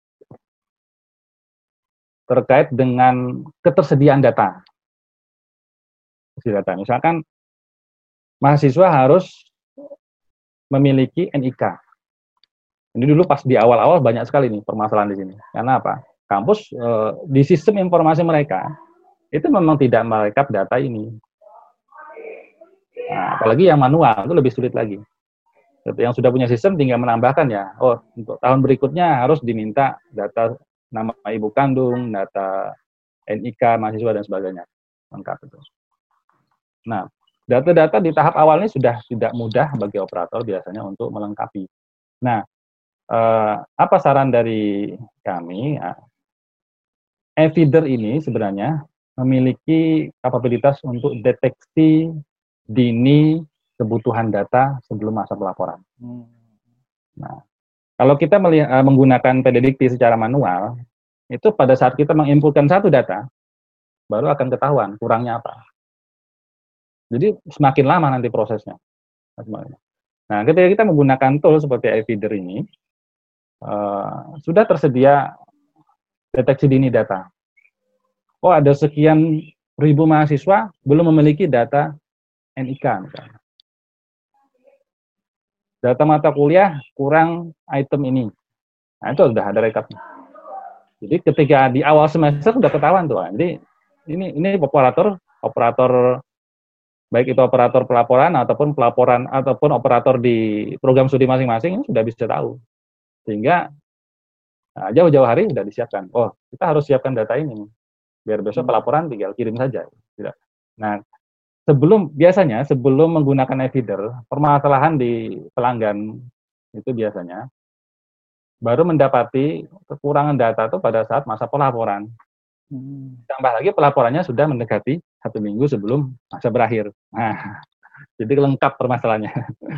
terkait dengan ketersediaan data. data. Misalkan mahasiswa harus memiliki N I K. Ini dulu pas di awal-awal banyak sekali nih permasalahan di sini. Karena apa? Kampus e, di sistem informasi mereka itu memang tidak merekap data ini. Nah, apalagi yang manual itu lebih sulit lagi. Yang sudah punya sistem tinggal menambahkan ya. Oh, untuk tahun berikutnya harus diminta data nama ibu kandung, data N I K mahasiswa dan sebagainya, lengkap itu. Nah, data-data di tahap awal ini sudah tidak mudah bagi operator biasanya untuk melengkapi. Nah, eh, apa saran dari kami? E-feeder ini sebenarnya memiliki kapabilitas untuk deteksi dini kebutuhan data sebelum masa pelaporan. Nah, kalau kita melihat, uh, menggunakan Pededikti secara manual, itu pada saat kita menginputkan satu data, baru akan ketahuan kurangnya apa. Jadi semakin lama nanti prosesnya. Nah, ketika kita menggunakan tool seperti E-feeder ini, uh, sudah tersedia deteksi dini data. Oh, ada sekian ribu mahasiswa belum memiliki data N I K misalnya. Data mata kuliah kurang item ini. Nah, itu sudah ada rekapnya. Jadi ketika di awal semester sudah ketahuan tuh. Jadi ini ini operator operator baik itu operator pelaporan ataupun pelaporan ataupun operator di program studi masing-masing ini sudah bisa tahu. Sehingga nah, jauh-jauh hari sudah disiapkan. Oh, kita harus siapkan data ini. Biar besok pelaporan tinggal kirim saja. Tidak. Nah, sebelum biasanya sebelum menggunakan e-feeder, permasalahan di pelanggan itu biasanya baru mendapati kekurangan data itu pada saat masa pelaporan. Hmm. Tambah lagi pelaporannya sudah mendekati satu minggu sebelum masa berakhir. Nah, jadi lengkap permasalahannya.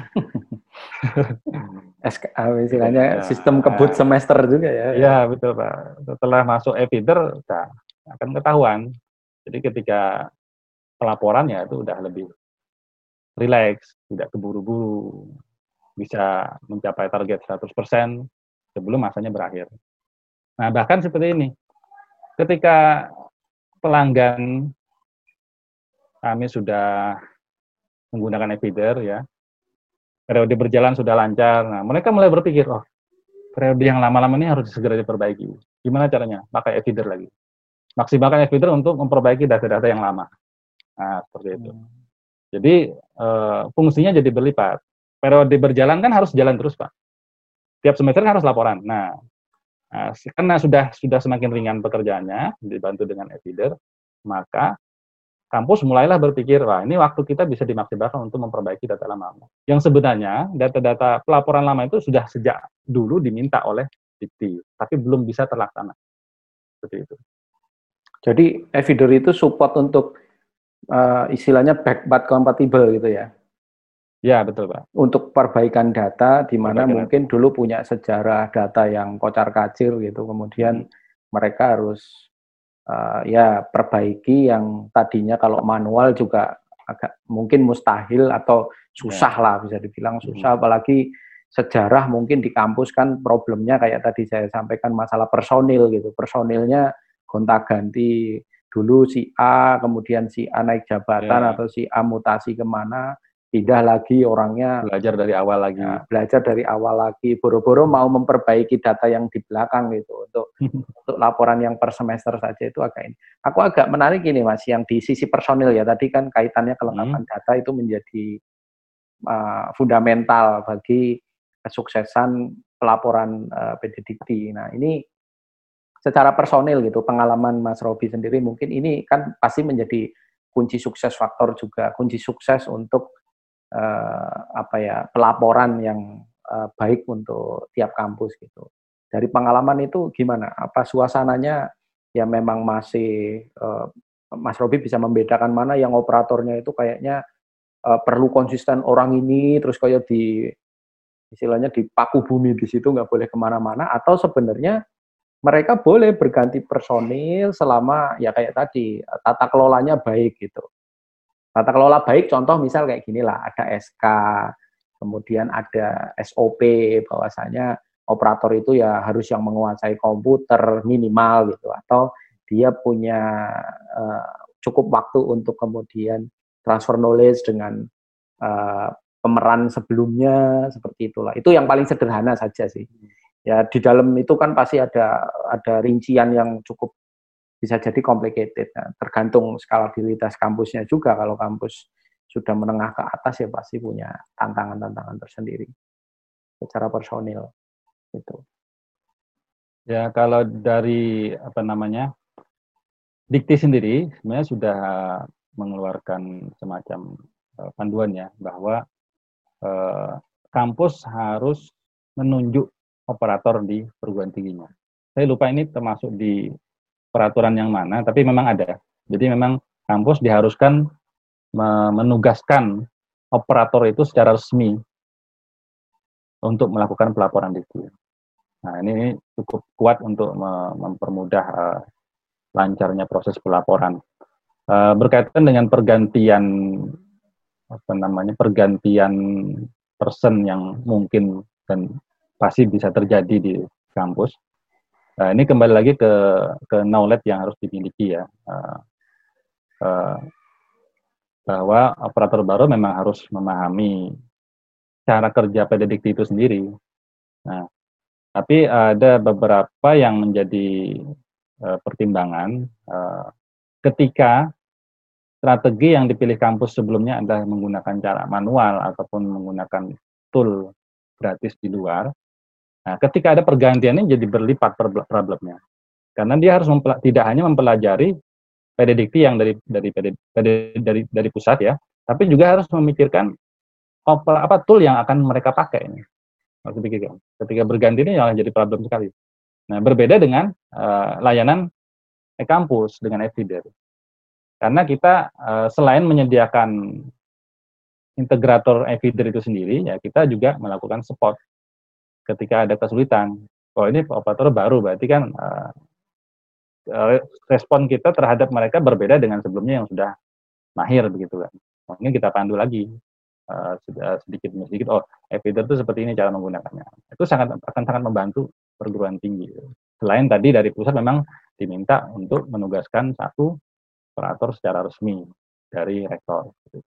S K, istilahnya ya, sistem kebut semester juga ya. Iya, betul Pak. Setelah masuk e-feeder, nah, akan ketahuan. Jadi ketika pelaporannya itu udah lebih rileks, tidak keburu-buru, bisa mencapai target seratus persen sebelum masanya berakhir. Nah, bahkan seperti ini. Ketika pelanggan kami sudah menggunakan e-feeder ya, periode berjalan sudah lancar. Nah, mereka mulai berpikir, oh, periode yang lama-lama ini harus segera diperbaiki. Gimana caranya? Pakai e-feeder lagi. Maksimalkan e-feeder untuk memperbaiki data-data yang lama. Nah, seperti itu. Hmm. Jadi, eh, fungsinya jadi berlipat. Periode berjalan kan harus jalan terus, Pak. Tiap semester kan harus laporan. Nah, nah, karena sudah sudah semakin ringan pekerjaannya, dibantu dengan e-feeder, maka kampus mulailah berpikir, wah ini waktu kita bisa dimaksimalkan untuk memperbaiki data lama. Yang sebenarnya data-data pelaporan lama itu sudah sejak dulu diminta oleh Dikti, tapi belum bisa terlaksana. Seperti itu. Jadi e-feeder itu support untuk uh, istilahnya backward compatible gitu ya? Ya, betul Pak. Untuk perbaikan data, di mana mungkin data. Dulu punya sejarah data yang kocar-kacir gitu, kemudian hmm. mereka harus uh, ya perbaiki yang tadinya kalau manual juga agak mungkin mustahil atau susah ya. Lah bisa dibilang susah, hmm. apalagi sejarah mungkin di kampus kan problemnya kayak tadi saya sampaikan masalah personil gitu, personilnya gonta-ganti, dulu si A, kemudian si A naik jabatan ya. Atau si A mutasi kemana, pindah lagi orangnya belajar dari awal lagi ya, belajar dari awal lagi boro-boro mau memperbaiki data yang di belakang gitu untuk untuk laporan yang per semester saja itu agak ini. Aku agak menarik ini Mas yang di sisi personil ya, tadi kan kaitannya kelengkapan hmm. data itu menjadi uh, fundamental bagi kesuksesan pelaporan uh, P D Dikti. Nah, ini secara personil gitu, pengalaman Mas Robi sendiri mungkin ini kan pasti menjadi kunci sukses faktor juga, kunci sukses untuk Uh, apa ya pelaporan yang uh, baik untuk tiap kampus gitu. Dari pengalaman itu gimana? Apa suasananya ya memang masih uh, Mas Robi bisa membedakan mana yang operatornya itu kayaknya uh, perlu konsisten orang ini terus kayak di istilahnya dipaku bumi di situ nggak boleh kemana-mana, atau sebenarnya mereka boleh berganti personil selama ya kayak tadi tata kelolanya baik gitu. Tata kelola baik, contoh misal kayak gini lah, ada S K, kemudian ada S O P, bahwasanya operator itu ya harus yang menguasai komputer minimal gitu, atau dia punya uh, cukup waktu untuk kemudian transfer knowledge dengan uh, pemeran sebelumnya, seperti itulah. Itu yang paling sederhana saja sih. Ya di dalam itu kan pasti ada ada rincian yang cukup bisa jadi complicated. Nah, tergantung skalabilitas kampusnya juga. Kalau kampus sudah menengah ke atas ya pasti punya tantangan-tantangan tersendiri secara personil. Itu. Ya kalau dari apa namanya Dikti sendiri sebenarnya sudah mengeluarkan semacam uh, panduan ya bahwa uh, kampus harus menunjuk operator di perguruan tingginya. Saya lupa ini termasuk di peraturan yang mana, tapi memang ada. Jadi memang kampus diharuskan menugaskan operator itu secara resmi untuk melakukan pelaporan Dikti. Nah, ini cukup kuat untuk mempermudah uh, lancarnya proses pelaporan. Uh, berkaitan dengan pergantian apa namanya pergantian person yang mungkin dan pasti bisa terjadi di kampus. Nah, ini kembali lagi ke ke knowledge yang harus dimiliki ya. Uh, uh, bahwa operator baru memang harus memahami cara kerja Pededikti itu sendiri. Nah, tapi ada beberapa yang menjadi uh, pertimbangan uh, ketika strategi yang dipilih kampus sebelumnya adalah menggunakan cara manual ataupun menggunakan tool gratis di luar. Nah, ketika ada pergantian ini jadi berlipat problemnya. Karena dia harus tidak hanya mempelajari Pededikti yang dari dari dari dari dari pusat ya, tapi juga harus memikirkan apa, apa tool yang akan mereka pakai ini. Harus dipikirkan. Ketika berganti ini malah jadi problem sekali. Nah, berbeda dengan uh, layanan e-kampus dengan e-feeder. Karena kita uh, selain menyediakan integrator e-feeder itu sendiri, ya kita juga melakukan support ketika ada kesulitan. Kalau ini operator baru, berarti kan uh, respon kita terhadap mereka berbeda dengan sebelumnya yang sudah mahir begitu kan. Mungkin kita pandu lagi uh, sedikit demi sedikit. Oh, e-feeder itu seperti ini cara menggunakannya. Itu sangat akan sangat membantu perguruan tinggi. Selain tadi dari pusat memang diminta untuk menugaskan satu operator secara resmi dari rektor. Gitu.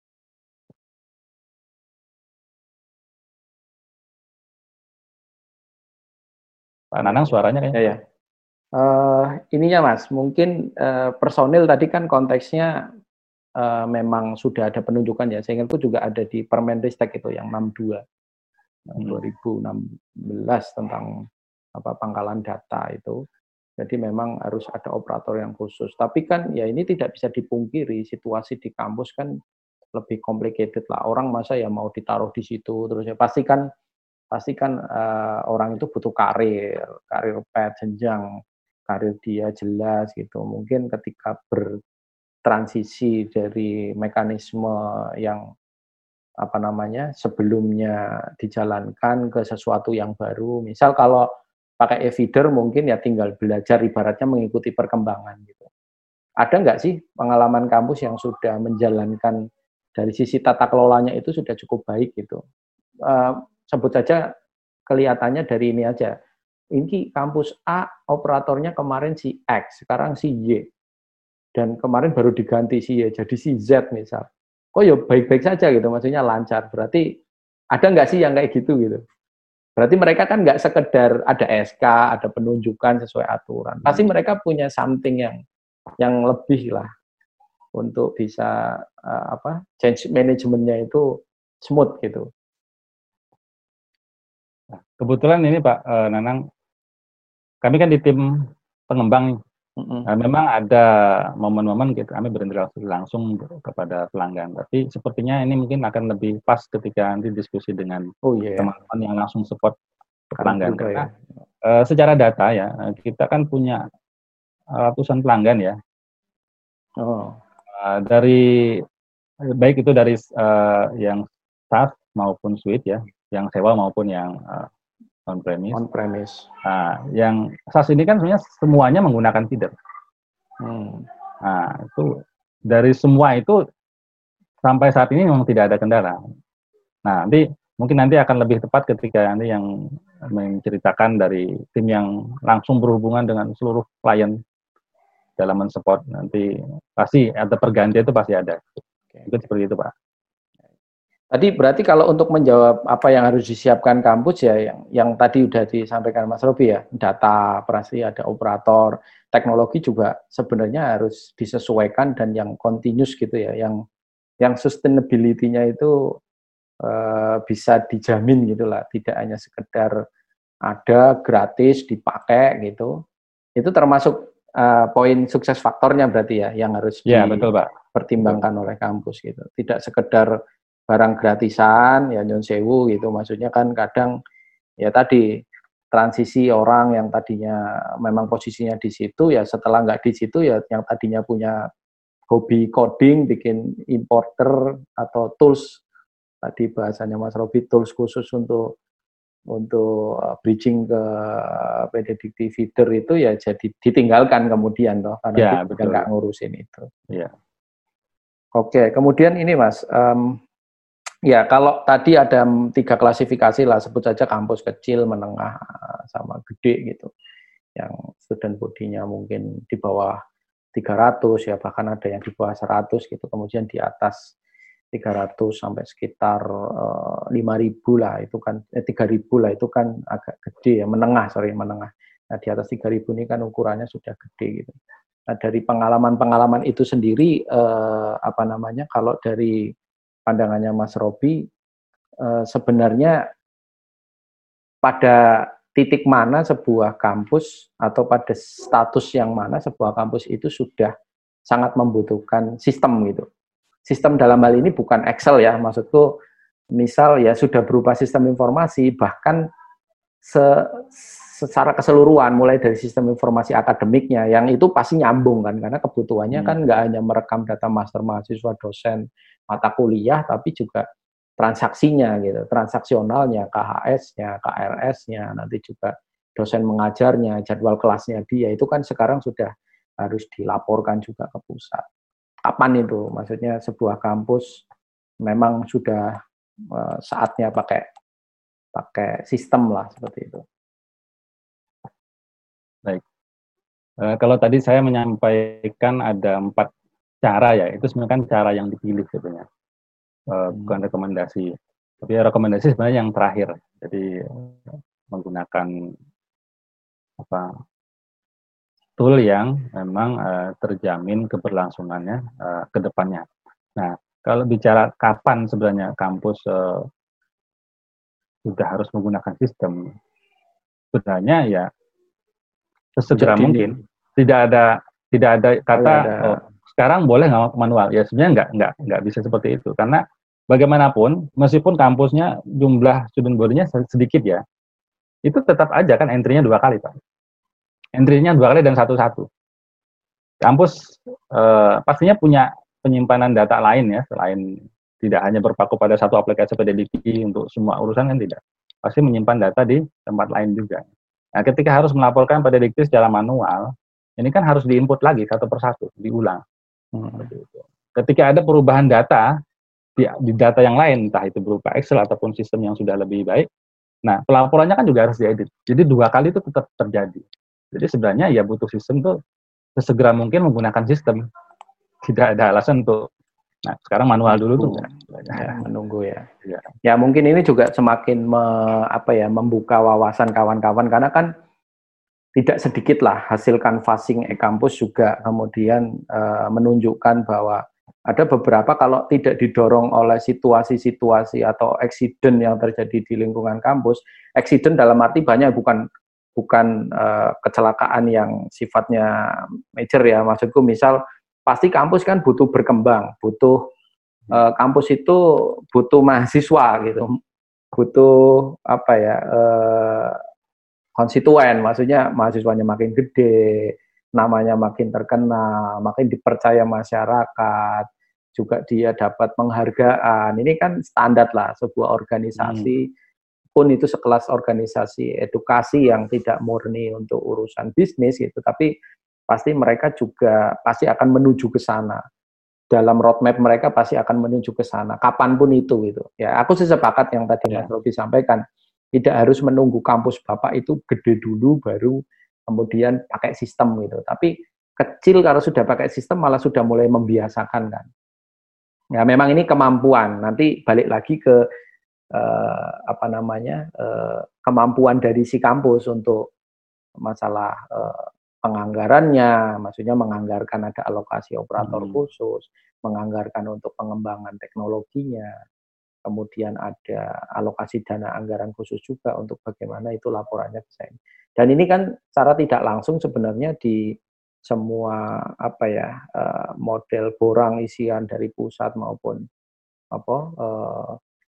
Pak Nanang suaranya kayaknya. Ya, ya. Uh, ininya Mas, mungkin uh, personil tadi kan konteksnya uh, memang sudah ada penunjukan ya. Saya ingat itu juga ada di Permenristek itu yang enam puluh dua hmm. dua ribu enam belas tentang apa pangkalan data itu. Jadi memang harus ada operator yang khusus. Tapi kan ya ini tidak bisa dipungkiri situasi di kampus kan lebih complicated lah. Orang masa ya mau ditaruh di situ terus ya pasti kan pasti kan uh, orang itu butuh karir, karir path jenjang. Karir dia jelas gitu. Mungkin ketika bertransisi dari mekanisme yang apa namanya sebelumnya dijalankan ke sesuatu yang baru. Misal kalau pakai e-feeder mungkin ya tinggal belajar ibaratnya mengikuti perkembangan gitu. Ada nggak sih pengalaman kampus yang sudah menjalankan dari sisi tata kelolanya itu sudah cukup baik gitu? Uh, sebut saja kelihatannya dari ini aja. Ini kampus A, operatornya kemarin si X, sekarang si Y. Dan kemarin baru diganti si Y, jadi si Z misal. Kok ya baik-baik saja gitu, maksudnya lancar. Berarti ada nggak sih yang kayak gitu gitu? Berarti mereka kan nggak sekedar ada S K, ada penunjukan sesuai aturan. Pasti mereka punya something yang yang lebih lah untuk bisa uh, apa change manajemennya itu smooth gitu. Kebetulan ini Pak uh, Nanang, kami kan di tim pengembang, mm-hmm. nah, memang ada momen-momen gitu, kami berinteraksi langsung kepada pelanggan. Tapi sepertinya ini mungkin akan lebih pas ketika nanti diskusi dengan oh, yeah. teman-teman yang langsung support ke pelanggan. Karena ya. uh, secara data ya, kita kan punya ratusan pelanggan ya. Oh. Uh, dari baik itu dari uh, yang SaaS maupun suite ya, yang sewa maupun yang uh, on-premise. On-premise. Nah, yang SaaS ini kan sebenarnya semuanya menggunakan feeder. Hmm. Nah, itu dari semua itu sampai saat ini memang tidak ada kendala. Nah, nanti mungkin nanti akan lebih tepat ketika nanti yang menceritakan dari tim yang langsung berhubungan dengan seluruh klien dalam mensupport. Nanti pasti ada pergantian itu pasti ada. Oke. Itu seperti itu, Pak. Tadi berarti kalau untuk menjawab apa yang harus disiapkan kampus ya, yang, yang tadi sudah disampaikan Mas Robi ya, data, pasti ada operator, teknologi juga sebenarnya harus disesuaikan dan yang continuous gitu ya, yang yang sustainability-nya itu eh, bisa dijamin gitulah, tidak hanya sekedar ada gratis dipakai gitu. Itu termasuk eh, poin sukses faktornya berarti ya, yang harus ya, betul, Pak. dipertimbangkan betul. oleh kampus gitu. Tidak sekedar barang gratisan ya nyon sewu gitu, maksudnya kan kadang ya tadi transisi orang yang tadinya memang posisinya di situ ya setelah nggak di situ ya yang tadinya punya hobi coding bikin importer atau tools tadi bahasanya Mas Robi tools khusus untuk untuk bridging ke Pededikti feeder itu ya jadi ditinggalkan kemudian toh karena ya, kita nggak ngurusin itu. Ya. Oke, kemudian ini Mas. Um, Ya, kalau tadi ada tiga klasifikasi lah, sebut saja kampus kecil, menengah, sama gede gitu. Yang student body-nya mungkin di bawah tiga ratus ya, bahkan ada yang di bawah seratus gitu, kemudian di atas tiga ratus sampai sekitar uh, lima ribu lah, itu kan eh, tiga ribu lah, itu kan agak gede ya, menengah sorry menengah. Nah di atas tiga ribu ini kan ukurannya sudah gede gitu. Nah dari pengalaman-pengalaman itu sendiri eh, apa namanya, kalau dari pandangannya Mas Robi eh, sebenarnya pada titik mana sebuah kampus atau pada status yang mana sebuah kampus itu sudah sangat membutuhkan sistem gitu. Sistem dalam hal ini bukan Excel ya, maksudku misal ya sudah berupa sistem informasi, bahkan se secara keseluruhan mulai dari sistem informasi akademiknya yang itu pasti nyambung kan, karena kebutuhannya hmm. kan nggak hanya merekam data master mahasiswa, dosen, mata kuliah, tapi juga transaksinya gitu, transaksionalnya, K H S-nya, K R S-nya, nanti juga dosen mengajarnya, jadwal kelasnya dia, itu kan sekarang sudah harus dilaporkan juga ke pusat. Kapan itu? Maksudnya sebuah kampus memang sudah uh, saatnya pakai pakai sistem lah seperti itu. Baik. Uh, kalau tadi saya menyampaikan ada empat cara ya, itu sebenarnya kan cara yang dipilih sebenarnya. Uh, hmm. Bukan rekomendasi, tapi rekomendasi sebenarnya yang terakhir. Jadi uh, menggunakan apa tool yang memang uh, terjamin keberlangsungannya uh, ke depannya. Nah, kalau bicara kapan sebenarnya kampus uh, sudah harus menggunakan sistem, sebenarnya ya sesegera mungkin. Tidak ada tidak ada kata oh, ada. Oh, sekarang boleh nggak manual. Ya sebenarnya nggak nggak nggak bisa seperti itu, karena bagaimanapun, meskipun kampusnya jumlah student body-nya sedikit ya, itu tetap aja kan entry-nya dua kali, Pak. Entry-nya dua kali dan satu-satu. Kampus eh, pastinya punya penyimpanan data lain ya, selain tidak hanya berpaku pada satu aplikasi P D D I K untuk semua urusan kan tidak. Pasti menyimpan data di tempat lain juga. Nah, ketika harus melaporkan P D D I K secara manual, ini kan harus diinput lagi satu persatu, diulang. Hmm. Ketika ada perubahan data, Di, di data yang lain, entah itu berupa Excel ataupun sistem yang sudah lebih baik. Nah, pelaporannya kan juga harus diedit. Jadi dua kali itu tetap terjadi. Jadi sebenarnya ya butuh sistem tuh sesegera mungkin menggunakan sistem. Tidak ada alasan untuk, nah sekarang manual dulu tuh. Ya, menunggu ya. ya. Ya mungkin ini juga semakin me, apa ya membuka wawasan kawan-kawan, karena kan tidak sedikit lah hasil canvassing e-kampus juga kemudian uh, menunjukkan bahwa ada beberapa kalau tidak didorong oleh situasi-situasi atau eksiden yang terjadi di lingkungan kampus, eksiden dalam arti banyak bukan bukan uh, kecelakaan yang sifatnya major ya, maksudku misal pasti kampus kan butuh berkembang, butuh uh, kampus itu butuh mahasiswa gitu, butuh apa ya uh, konstituen, maksudnya mahasiswanya makin gede, namanya makin terkenal, makin dipercaya masyarakat, juga dia dapat penghargaan. Ini kan standar lah sebuah organisasi, hmm. pun itu sekelas organisasi edukasi yang tidak murni untuk urusan bisnis gitu, tapi pasti mereka juga pasti akan menuju ke sana. Dalam roadmap mereka pasti akan menuju ke sana, kapanpun itu gitu. Ya, aku sih sepakat yang tadi yeah. Mas Robi sampaikan, tidak harus menunggu kampus Bapak itu gede dulu baru kemudian pakai sistem gitu. Tapi kecil kalau sudah pakai sistem malah sudah mulai membiasakan kan. Ya memang ini kemampuan. Nanti balik lagi ke eh, apa namanya eh, kemampuan dari si kampus untuk masalah eh, penganggarannya, maksudnya menganggarkan ada alokasi operator hmm. khusus, menganggarkan untuk pengembangan teknologinya, kemudian ada alokasi dana anggaran khusus juga untuk bagaimana itu laporannya bisa ini. Dan ini kan secara tidak langsung sebenarnya di semua apa ya model borang isian dari pusat maupun apa eh,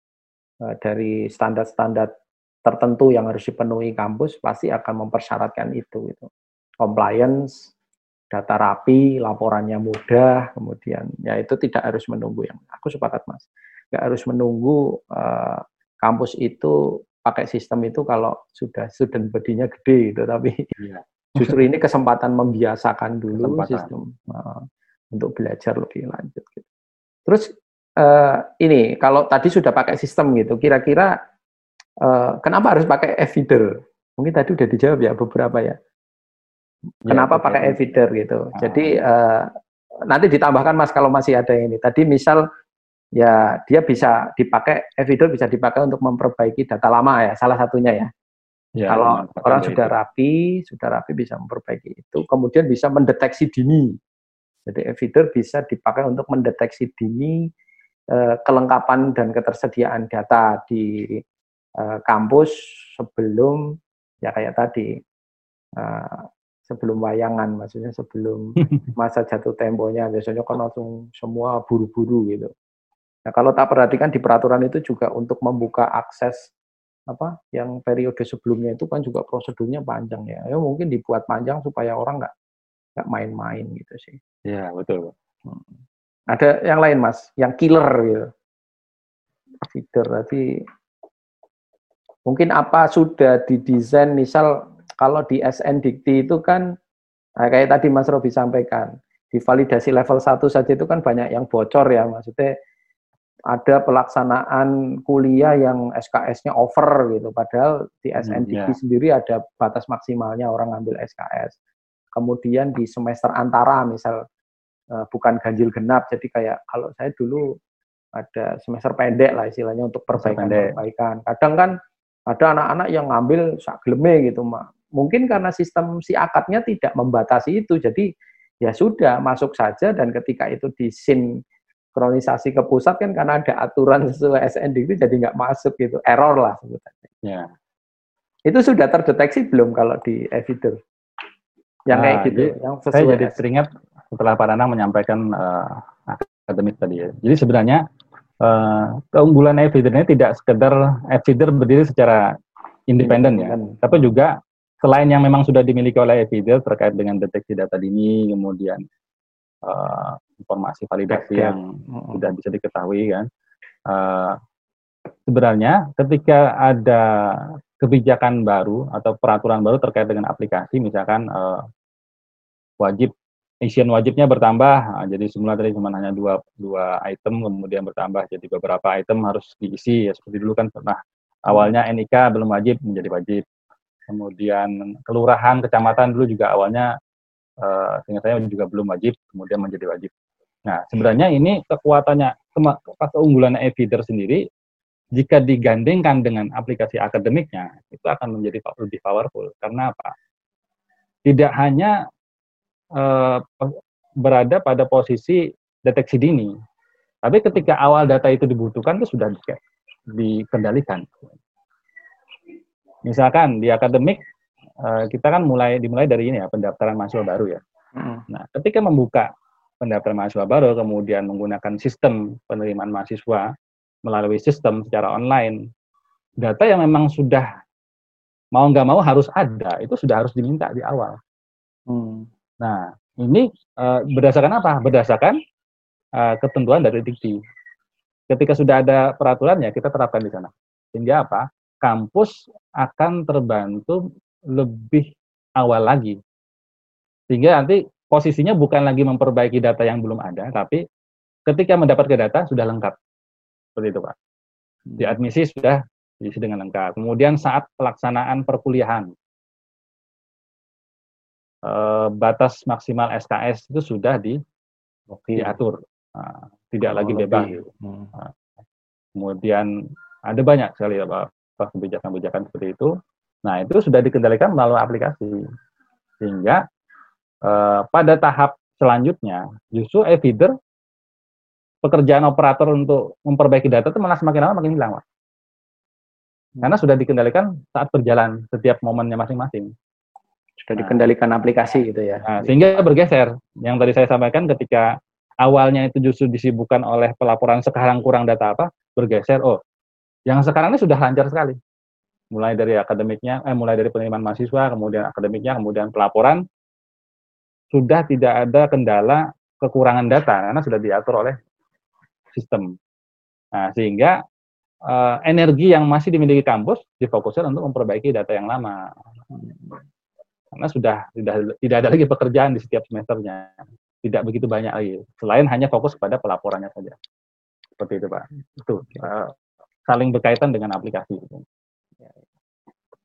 dari standar-standar tertentu yang harus dipenuhi kampus pasti akan mempersyaratkan itu gitu. Compliance, data rapi, laporannya mudah, kemudian ya itu tidak harus menunggu yang aku sepakat Mas. Nggak harus menunggu uh, kampus itu pakai sistem itu kalau sudah student body-nya gede gitu, tapi ya. Justru ini kesempatan membiasakan dulu kesempatan. Sistem uh, untuk belajar lebih lanjut gitu. Terus uh, ini kalau tadi sudah pakai sistem gitu, kira-kira uh, kenapa harus pakai e-feeder? Mungkin tadi udah dijawab ya beberapa ya. Kenapa ya, pakai e-feeder gitu. Ah. Jadi uh, nanti ditambahkan Mas kalau masih ada ini. Tadi misal ya dia bisa dipakai e-feeder bisa dipakai untuk memperbaiki data lama ya, salah satunya ya. Ya, kalau orang sudah itu. rapi, sudah rapi bisa memperbaiki itu, kemudian bisa mendeteksi dini. Jadi e-feeder bisa dipakai untuk mendeteksi dini eh, kelengkapan dan ketersediaan data di eh, kampus sebelum ya kayak tadi eh, sebelum wayangan, maksudnya sebelum masa jatuh temponya, biasanya kan langsung semua buru-buru gitu. Nah kalau tak perhatikan di peraturan itu juga untuk membuka akses apa yang periode sebelumnya itu kan juga prosedurnya panjang ya. Ya mungkin dibuat panjang supaya orang nggak nggak main-main gitu sih. Ya betul. Hmm. Ada yang lain Mas, yang killer gitu. Feeder tadi mungkin apa sudah didesain misal kalau di S N Dikti itu kan nah kayak tadi Mas Robi sampaikan di validasi level satu saja itu kan banyak yang bocor ya, maksudnya ada pelaksanaan kuliah yang S K S-nya over gitu, padahal di S N Dikti hmm, yeah. sendiri ada batas maksimalnya orang ngambil S K S. Kemudian di semester antara misal uh, bukan ganjil genap, jadi kayak kalau saya dulu ada semester pendek lah istilahnya untuk perbaikan-perbaikan. Kadang kan ada anak-anak yang ngambil sakleme gitu, Mak. Mungkin karena sistem si akadnya tidak membatasi itu, jadi ya sudah masuk saja dan ketika itu disin kronisasi ke pusat kan karena ada aturan sesuai S N D itu jadi nggak masuk gitu, error lah sebetulnya. Ya. Itu sudah terdeteksi belum kalau di e-feeder? Yang nah, kayak gitu, jadi, yang sesuai. Saya jadi teringat setelah Pak Nanang menyampaikan uh, akademik tadi ya. Jadi sebenarnya uh, keunggulan e-feeder ini tidak sekedar e-feeder berdiri secara independen ya, tapi juga selain yang memang sudah dimiliki oleh e-feeder terkait dengan deteksi data dini, kemudian uh, informasi validasi Back yang uh-uh. sudah bisa diketahui kan. Uh, sebenarnya ketika ada kebijakan baru atau peraturan baru terkait dengan aplikasi, misalkan uh, wajib isian wajibnya bertambah, nah, jadi semula tadi cuma hanya dua, dua item, kemudian bertambah jadi beberapa item harus diisi ya seperti dulu kan pernah awalnya N I K belum wajib menjadi wajib, kemudian kelurahan, kecamatan dulu juga awalnya uh, seingat saya juga belum wajib, kemudian menjadi wajib. Nah, sebenarnya ini kekuatannya, keunggulan e-feeder sendiri, jika digandengkan dengan aplikasi akademiknya, itu akan menjadi lebih powerful. Karena apa? Tidak hanya uh, berada pada posisi deteksi dini, tapi ketika awal data itu dibutuhkan, itu sudah dikendalikan. Misalkan di akademik, uh, kita kan mulai dimulai dari ini ya, pendaftaran mahasiswa baru ya. Nah, ketika membuka pendaftaran mahasiswa baru, kemudian menggunakan sistem penerimaan mahasiswa melalui sistem secara online, data yang memang sudah mau nggak mau harus ada, itu sudah harus diminta di awal. Hmm. Nah, ini uh, berdasarkan apa? Berdasarkan uh, ketentuan dari Dikti. Ketika sudah ada peraturannya, kita terapkan di sana. Sehingga apa? Kampus akan terbantu lebih awal lagi. Sehingga nanti posisinya bukan lagi memperbaiki data yang belum ada, tapi ketika mendapatkan data sudah lengkap. Seperti itu, Pak. Di admisi sudah diisi dengan lengkap. Kemudian saat pelaksanaan perkuliahan, eh, batas maksimal S K S itu sudah di, okay. diatur. Nah, tidak oh, lagi bebas. Gitu. Hmm. Nah, kemudian ada banyak sekali apa, kebijakan-kebijakan seperti itu. Nah, itu sudah dikendalikan melalui aplikasi. Sehingga Uh, pada tahap selanjutnya, justru e-feeder, pekerjaan operator untuk memperbaiki data itu malah semakin lama makin hilang, Pak. Karena sudah dikendalikan saat berjalan setiap momennya masing-masing. Sudah nah, dikendalikan aplikasi gitu ya. Nah, sehingga bergeser. Yang tadi saya sampaikan ketika awalnya itu justru disibukkan oleh pelaporan sekarang kurang data apa, bergeser. Oh, yang sekarang ini sudah lancar sekali. Mulai dari akademiknya, eh, mulai dari penerimaan mahasiswa, kemudian akademiknya, kemudian pelaporan, sudah tidak ada kendala kekurangan data karena sudah diatur oleh sistem. Nah, sehingga uh, energi yang masih dimiliki kampus difokuskan untuk memperbaiki data yang lama. Karena sudah tidak tidak ada lagi pekerjaan di setiap semesternya. Tidak begitu banyak lagi. Selain hanya fokus pada pelaporannya saja. Seperti itu, Pak. Itu uh, saling berkaitan dengan aplikasi.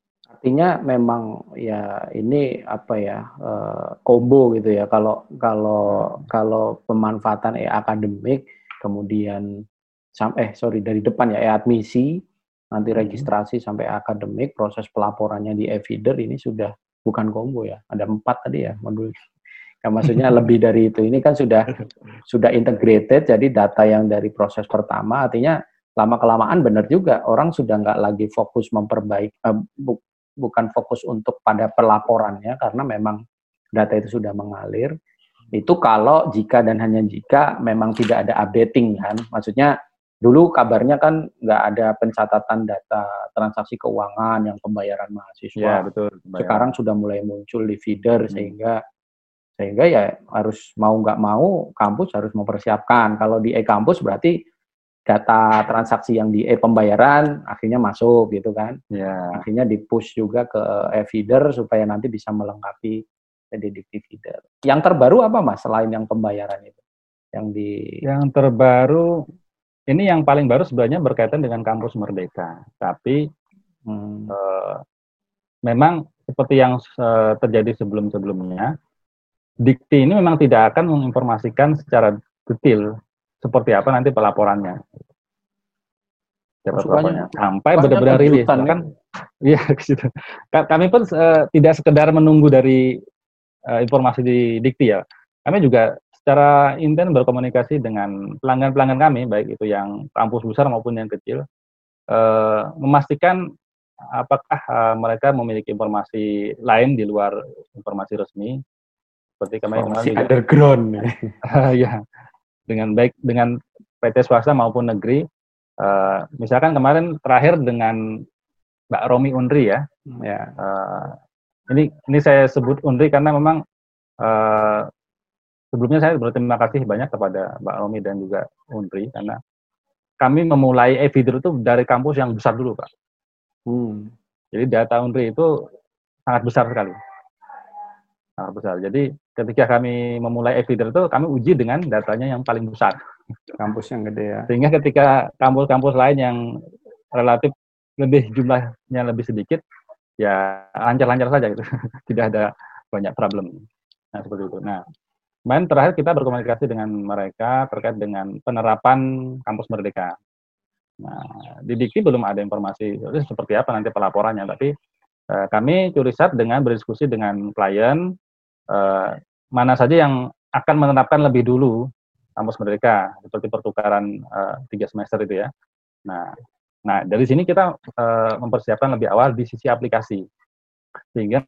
Artinya memang ya ini apa ya uh, combo gitu ya. Kalau kalau kalau pemanfaatan e-akademik kemudian eh sorry dari depan ya e-admisi nanti registrasi hmm. sampai akademik proses pelaporannya di e-feeder ini sudah bukan combo ya. Ada empat tadi ya modul. Ya, maksudnya lebih dari itu. Ini kan sudah sudah integrated. Jadi data yang dari proses pertama artinya lama kelamaan benar juga orang sudah nggak lagi fokus memperbaiki. Uh, bu, bukan fokus untuk pada pelaporannya karena memang data itu sudah mengalir. Itu kalau jika dan hanya jika memang tidak ada updating kan. Maksudnya dulu kabarnya kan nggak ada pencatatan data transaksi keuangan yang pembayaran mahasiswa. Ya, betul. Pembayaran. Sekarang sudah mulai muncul di feeder hmm. sehingga sehingga ya harus mau nggak mau kampus harus mempersiapkan. Kalau di e-kampus berarti data transaksi yang di e-pembayaran akhirnya masuk gitu kan. Ya. Akhirnya di-push juga ke e-feeder supaya nanti bisa melengkapi predictive feeder. Yang terbaru apa Mas selain yang pembayaran itu? Yang di Yang terbaru ini yang paling baru sebenarnya berkaitan dengan Kampus Merdeka. Tapi hmm. eh, memang seperti yang eh, terjadi sebelum-sebelumnya, Dikti ini memang tidak akan menginformasikan secara detail seperti apa nanti pelaporannya. Dapat pelaporannya. Sampai benar-benar rilis. Kan, ya, gitu. Kami pun uh, tidak sekedar menunggu dari uh, informasi di Dikti ya. Kami juga secara intens berkomunikasi dengan pelanggan-pelanggan kami, baik itu yang kampus besar maupun yang kecil, uh, memastikan apakah uh, mereka memiliki informasi lain di luar informasi resmi. Seperti kami informasi underground. Ya. Dengan baik dengan P T swasta maupun negeri, uh, misalkan kemarin terakhir dengan Mbak Romi Unri ya, ya uh, ini ini saya sebut Unri karena memang uh, sebelumnya saya berterima kasih banyak kepada Mbak Romi dan juga Unri karena kami memulai e-feeder itu dari kampus yang besar dulu Pak. Hmm. Jadi data Unri itu sangat besar sekali. Sangat besar. Jadi ketika kami memulai e-feeder itu kami uji dengan datanya yang paling besar. Kampus yang gede ya. Sehingga ketika kampus-kampus lain yang relatif lebih jumlahnya lebih sedikit, ya lancar-lancar saja gitu. Tidak ada banyak problem. Nah, seperti itu. Nah, kemarin terakhir kita berkomunikasi dengan mereka terkait dengan penerapan Kampus Merdeka. Nah, di Dikti belum ada informasi seperti apa nanti pelaporannya, tapi eh, kami curigat dengan berdiskusi dengan klien Uh, mana saja yang akan menerapkan lebih dulu Kampus Merdeka seperti pertukaran uh, tiga semester itu ya. Nah, nah dari sini kita uh, mempersiapkan lebih awal di sisi aplikasi sehingga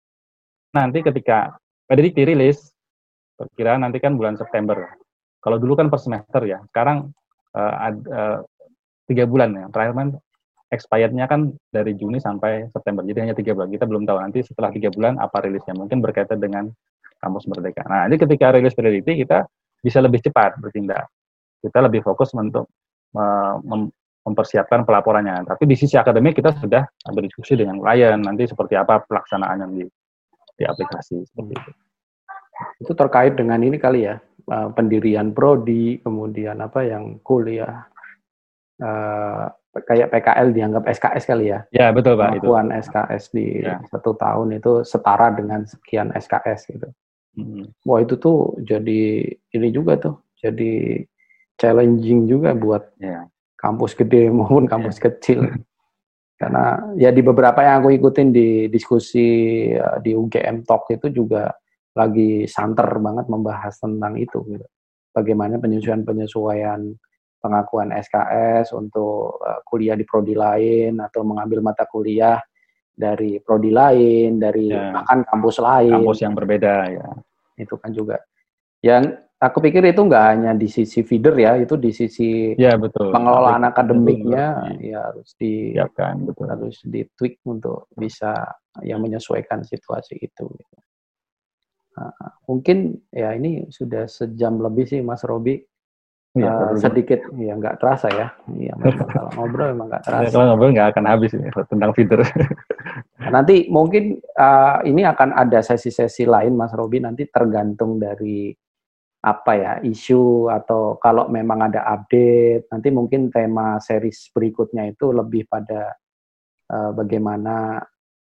nanti ketika P D Dikti rilis, kira nanti kan bulan September. Kalau dulu kan per semester ya, sekarang uh, ad, uh, tiga bulan ya. Terakhir kan expired-nya kan dari Juni sampai September, jadi hanya tiga bulan. Kita belum tahu nanti setelah tiga bulan apa rilisnya, mungkin berkaitan dengan Kampus Merdeka. Nah, jadi ketika rilis predikti kita bisa lebih cepat bertindak. Kita lebih fokus untuk uh, mem mempersiapkan pelaporannya. Tapi di sisi akademik kita sudah berdiskusi dengan klien nanti seperti apa pelaksanaan yang di, di aplikasi seperti itu. Itu terkait dengan ini kali ya, uh, pendirian prodi, kemudian apa yang kuliah. Uh, kayak P K L dianggap S K S kali ya. Ya, betul Pak. Pengakuan S K S di ya. satu tahun itu setara dengan sekian S K S gitu. Hmm. Wah itu tuh jadi ini juga tuh, jadi challenging juga buat ya. Kampus gede maupun kampus ya. Kecil. Karena ya di beberapa yang aku ikutin di diskusi uh, di U G M Talk itu juga lagi santer banget membahas tentang itu. Gitu. Bagaimana penyesuaian-penyesuaian pengakuan S K S untuk uh, kuliah di prodi lain atau mengambil mata kuliah dari prodi lain, dari ya, bahkan kampus lain. Kampus yang berbeda ya. Itu kan juga. Yang aku pikir itu nggak hanya di sisi feeder ya, itu di sisi ya, betul. pengelolaan akademiknya betul. Ya harus di ya, kan, betul. harus di tweak untuk bisa yang menyesuaikan situasi itu. Nah, mungkin ya ini sudah sejam lebih sih Mas Robi. Ya, uh, sedikit ya nggak terasa ya, ya kalau ngobrol emang nggak terasa. Kalau ngobrol nggak akan habis ini tentang feeder. Nanti mungkin uh, ini akan ada sesi-sesi lain Mas Robi, nanti tergantung dari apa ya isu atau kalau memang ada update, nanti mungkin tema series berikutnya itu lebih pada uh, bagaimana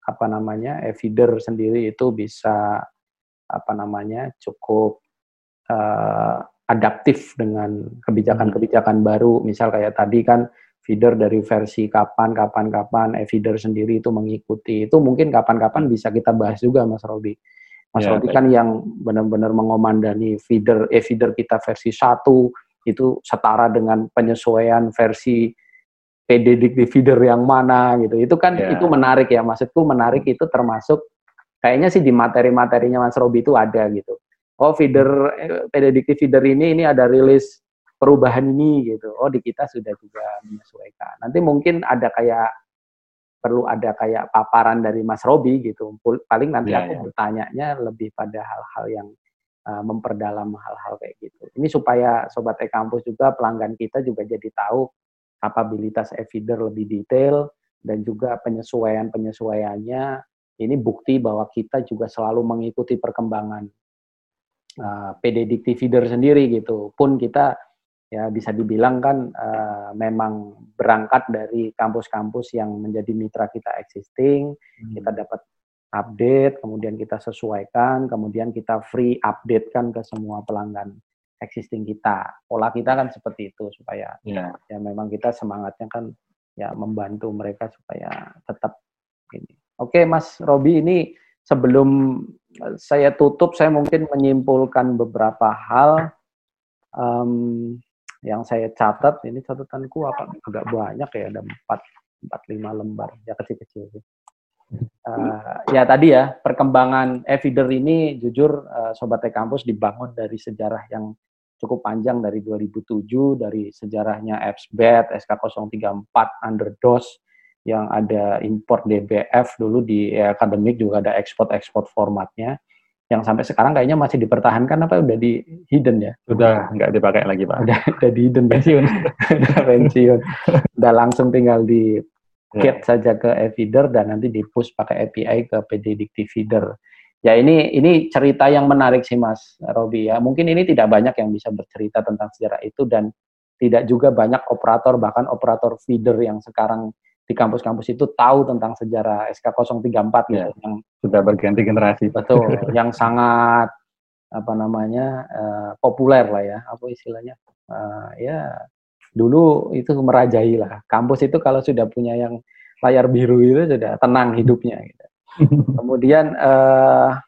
apa namanya e-feeder sendiri itu bisa apa namanya cukup uh, adaptif dengan kebijakan-kebijakan baru. Misal kayak tadi kan feeder dari versi kapan, kapan, kapan, e-feeder sendiri itu mengikuti. Itu mungkin kapan-kapan bisa kita bahas juga, Mas Robi. Mas Ya, Robi baik. kan yang benar-benar mengomandani feeder, e-feeder kita versi satu, itu setara dengan penyesuaian versi P D Dikti feeder yang mana gitu. Itu kan Ya. itu menarik ya, maksudku menarik itu termasuk kayaknya sih di materi-materinya Mas Robi itu ada gitu. Oh feeder P D Dikti feeder ini ini ada rilis perubahan ini gitu. Oh di kita sudah juga menyesuaikan. Nanti mungkin ada kayak perlu ada kayak paparan dari Mas Robi gitu. Paling nanti Ya, aku ya. bertanyanya lebih pada hal-hal yang uh, memperdalam hal-hal kayak gitu. Ini supaya Sobat e-Kampus juga pelanggan kita juga jadi tahu kapabilitas e-feeder lebih detail dan juga penyesuaian-penyesuaiannya. Ini bukti bahwa kita juga selalu mengikuti perkembangan uh, P D Dikti feeder sendiri gitu. Pun kita ya bisa dibilang kan uh, memang berangkat dari kampus-kampus yang menjadi mitra kita existing, hmm. kita dapat update, kemudian kita sesuaikan, kemudian kita free update kan ke semua pelanggan existing kita. Pola kita kan seperti itu supaya yeah. ya memang kita semangatnya kan ya membantu mereka supaya tetap ini. Oke, Mas Robi, ini sebelum saya tutup, saya mungkin menyimpulkan beberapa hal um, yang saya catat. Ini catatanku apa agak banyak ya, ada empat empat lima lembar, ya kecil-kecil sih. Uh, ya tadi ya perkembangan e-feeder ini jujur uh, Sobat e-Kampus dibangun dari sejarah yang cukup panjang dari dua ribu tujuh, dari sejarahnya E P S B E T, S K nol tiga empat, Underdos, yang ada import D B F dulu di e akademik juga ada ekspor-ekspor formatnya, yang sampai sekarang kayaknya masih dipertahankan apa udah di hidden ya? Sudah nggak dipakai lagi Pak. Udah, udah di hidden pensiun. Udah pensiun. Udah langsung tinggal di get yeah. saja ke e-feeder dan nanti di-push pakai A P I ke P D Dikti feeder. Ya ini ini cerita yang menarik sih Mas Robi ya. Mungkin ini tidak banyak yang bisa bercerita tentang sejarah itu dan tidak juga banyak operator, bahkan operator feeder yang sekarang di kampus-kampus itu tahu tentang sejarah S K nol tiga empat ya, gitu, yang sudah berganti generasi. Betul, yang sangat apa namanya uh, populer lah ya, apa istilahnya? Uh, ya dulu itu merajai lah. Kampus itu kalau sudah punya yang layar biru itu sudah tenang hidupnya gitu. Kemudian uh,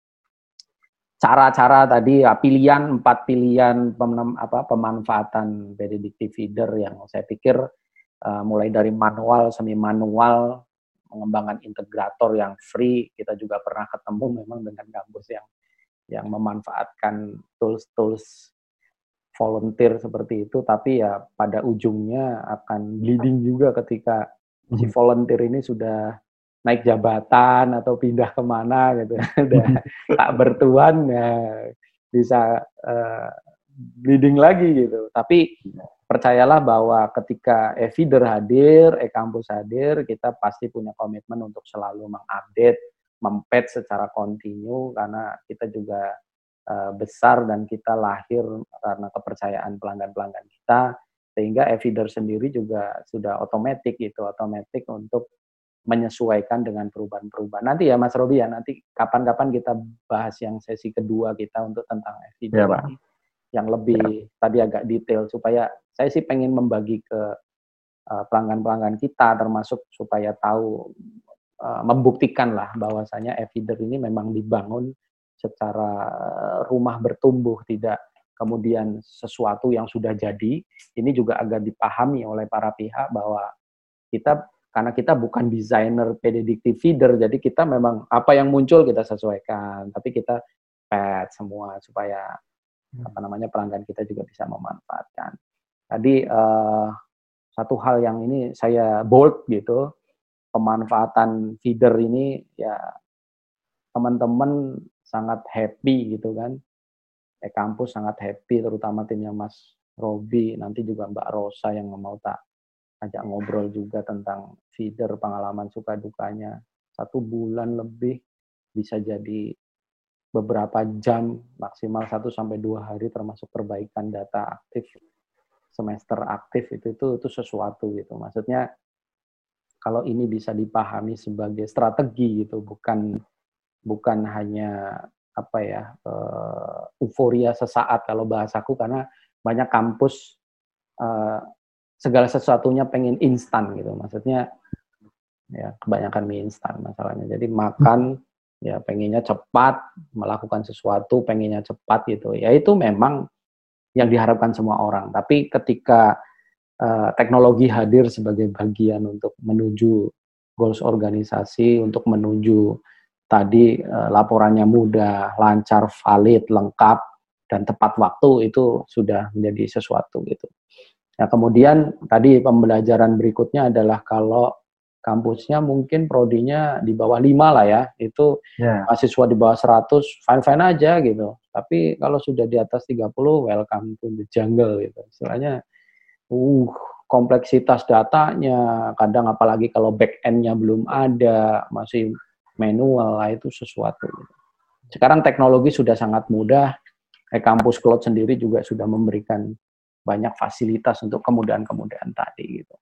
cara-cara tadi ya, pilihan empat pilihan pem, apa, pemanfaatan P D Dikti feeder yang saya pikir uh, mulai dari manual, semi manual, mengembangkan integrator yang free. Kita juga pernah ketemu memang dengan kampus yang yang memanfaatkan tools-tools volunteer seperti itu, tapi ya pada ujungnya akan bleeding juga ketika si volunteer ini sudah naik jabatan atau pindah kemana gitu, udah tak bertuan ya bisa uh, bleeding lagi gitu. Tapi percayalah bahwa ketika e-feeder hadir, e-kampus hadir, kita pasti punya komitmen untuk selalu mengupdate, mempatch secara kontinu karena kita juga uh, besar dan kita lahir karena kepercayaan pelanggan-pelanggan kita, sehingga e-feeder sendiri juga sudah otomatis gitu, otomatis untuk menyesuaikan dengan perubahan-perubahan. Nanti ya Mas Robi ya, nanti kapan-kapan kita bahas yang sesi kedua kita untuk tentang e-feeder ya, ini yang lebih ya. Tadi agak detail supaya saya sih pengen membagi ke uh, pelanggan-pelanggan kita termasuk supaya tahu uh, membuktikan lah bahwasanya e-feeder ini memang dibangun secara uh, rumah bertumbuh, tidak kemudian sesuatu yang sudah jadi. Ini juga agak dipahami oleh para pihak bahwa kita karena kita bukan desainer P D Dikti feeder, jadi kita memang apa yang muncul kita sesuaikan, tapi kita patch semua supaya apa namanya pelanggan kita juga bisa memanfaatkan. Tadi uh, satu hal yang ini saya bold gitu, pemanfaatan feeder ini ya teman-teman sangat happy gitu kan, eh kampus sangat happy, terutama timnya Mas Robi, nanti juga Mbak Rosa yang mau tak ajak ngobrol juga tentang feeder, pengalaman suka dukanya. Satu bulan lebih bisa jadi beberapa jam, maksimal satu sampai dua hari termasuk perbaikan data aktif, semester aktif itu itu itu sesuatu gitu. Maksudnya kalau ini bisa dipahami sebagai strategi gitu, bukan bukan hanya apa ya uh, euforia sesaat kalau bahasaku, karena banyak kampus uh, segala sesuatunya pengen instan gitu, maksudnya ya kebanyakan mie instan masalahnya. Jadi makan ya pengennya cepat, melakukan sesuatu pengennya cepat gitu. Ya itu memang yang diharapkan semua orang. Tapi ketika uh, teknologi hadir sebagai bagian untuk menuju goals organisasi, untuk menuju tadi uh, laporannya mudah, lancar, valid, lengkap, dan tepat waktu, itu sudah menjadi sesuatu gitu. Nah, kemudian tadi pembelajaran berikutnya adalah kalau kampusnya mungkin prodinya di bawah lima lah ya, itu yeah. mahasiswa di bawah seratus, fine-fine aja gitu. Tapi kalau sudah di atas tiga puluh, welcome to the jungle gitu. Istilahnya, uh, kompleksitas datanya, kadang apalagi kalau back-end-nya belum ada, masih manual lah, itu sesuatu. Gitu. Sekarang teknologi sudah sangat mudah, eh, kampus Cloud sendiri juga sudah memberikan banyak fasilitas untuk kemudahan-kemudahan tadi gitu.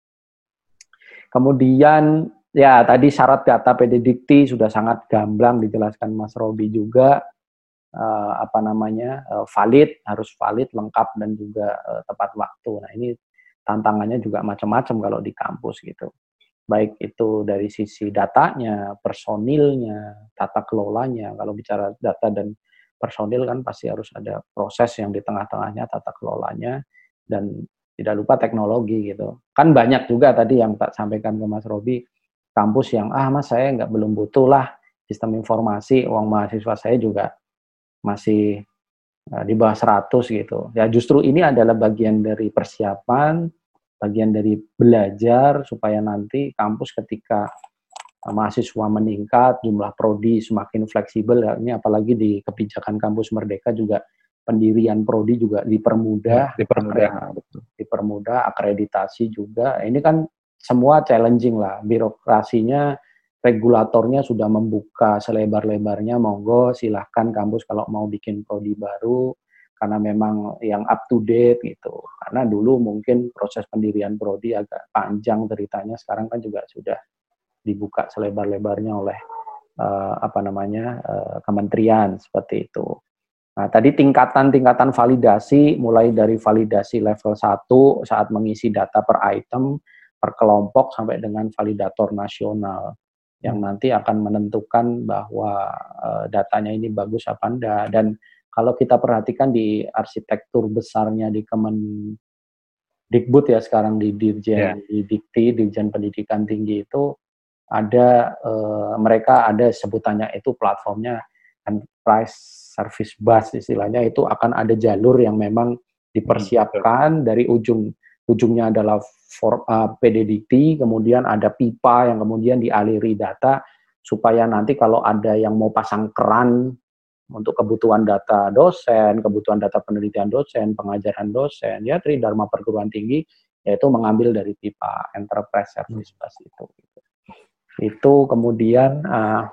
Kemudian ya tadi syarat data P D Dikti sudah sangat gamblang dijelaskan Mas Robi juga, uh, apa namanya uh, valid, harus valid, lengkap, dan juga uh, tepat waktu. Nah ini tantangannya juga macam-macam kalau di kampus gitu. Baik itu dari sisi datanya, personilnya, tata kelolanya. Kalau bicara data dan personil kan pasti harus ada proses yang di tengah-tengahnya, tata kelolanya, dan tidak lupa teknologi gitu. Kan banyak juga tadi yang tak sampaikan ke Mas Robi, kampus yang, ah mas saya nggak belum butuh lah sistem informasi, uang mahasiswa saya juga masih uh, di bawah seratus gitu. Ya justru ini adalah bagian dari persiapan, bagian dari belajar supaya nanti kampus ketika uh, mahasiswa meningkat, jumlah prodi semakin fleksibel, ya, ini apalagi di kebijakan kampus Merdeka juga pendirian prodi juga dipermudah, ya, dipermudah, akreditasi, dipermudah, akreditasi juga. Ini kan semua challenging lah, birokrasinya, regulatornya sudah membuka selebar-lebarnya, monggo silahkan kampus kalau mau bikin prodi baru, karena memang yang up to date gitu. Karena dulu mungkin proses pendirian prodi agak panjang ceritanya, sekarang kan juga sudah dibuka selebar-lebarnya oleh uh, apa namanya uh, kementerian seperti itu. Nah, tadi tingkatan-tingkatan validasi, mulai dari validasi level satu saat mengisi data per item, per kelompok, sampai dengan validator nasional, yang nanti akan menentukan bahwa uh, datanya ini bagus apa enggak. Dan kalau kita perhatikan di arsitektur besarnya di Kemendikbud ya sekarang, di Dirjen, yeah. di Dikti, Dirjen Pendidikan Tinggi itu, ada uh, mereka ada sebutannya itu platformnya Enterprise Service Bus istilahnya, itu akan ada jalur yang memang dipersiapkan dari ujung ujungnya adalah for, uh, P D Dikti, kemudian ada pipa yang kemudian dialiri data supaya nanti kalau ada yang mau pasang keran untuk kebutuhan data dosen, kebutuhan data penelitian dosen, pengajaran dosen, ya Tridharma perguruan tinggi yaitu mengambil dari pipa Enterprise Service Bus itu. Itu kemudian uh,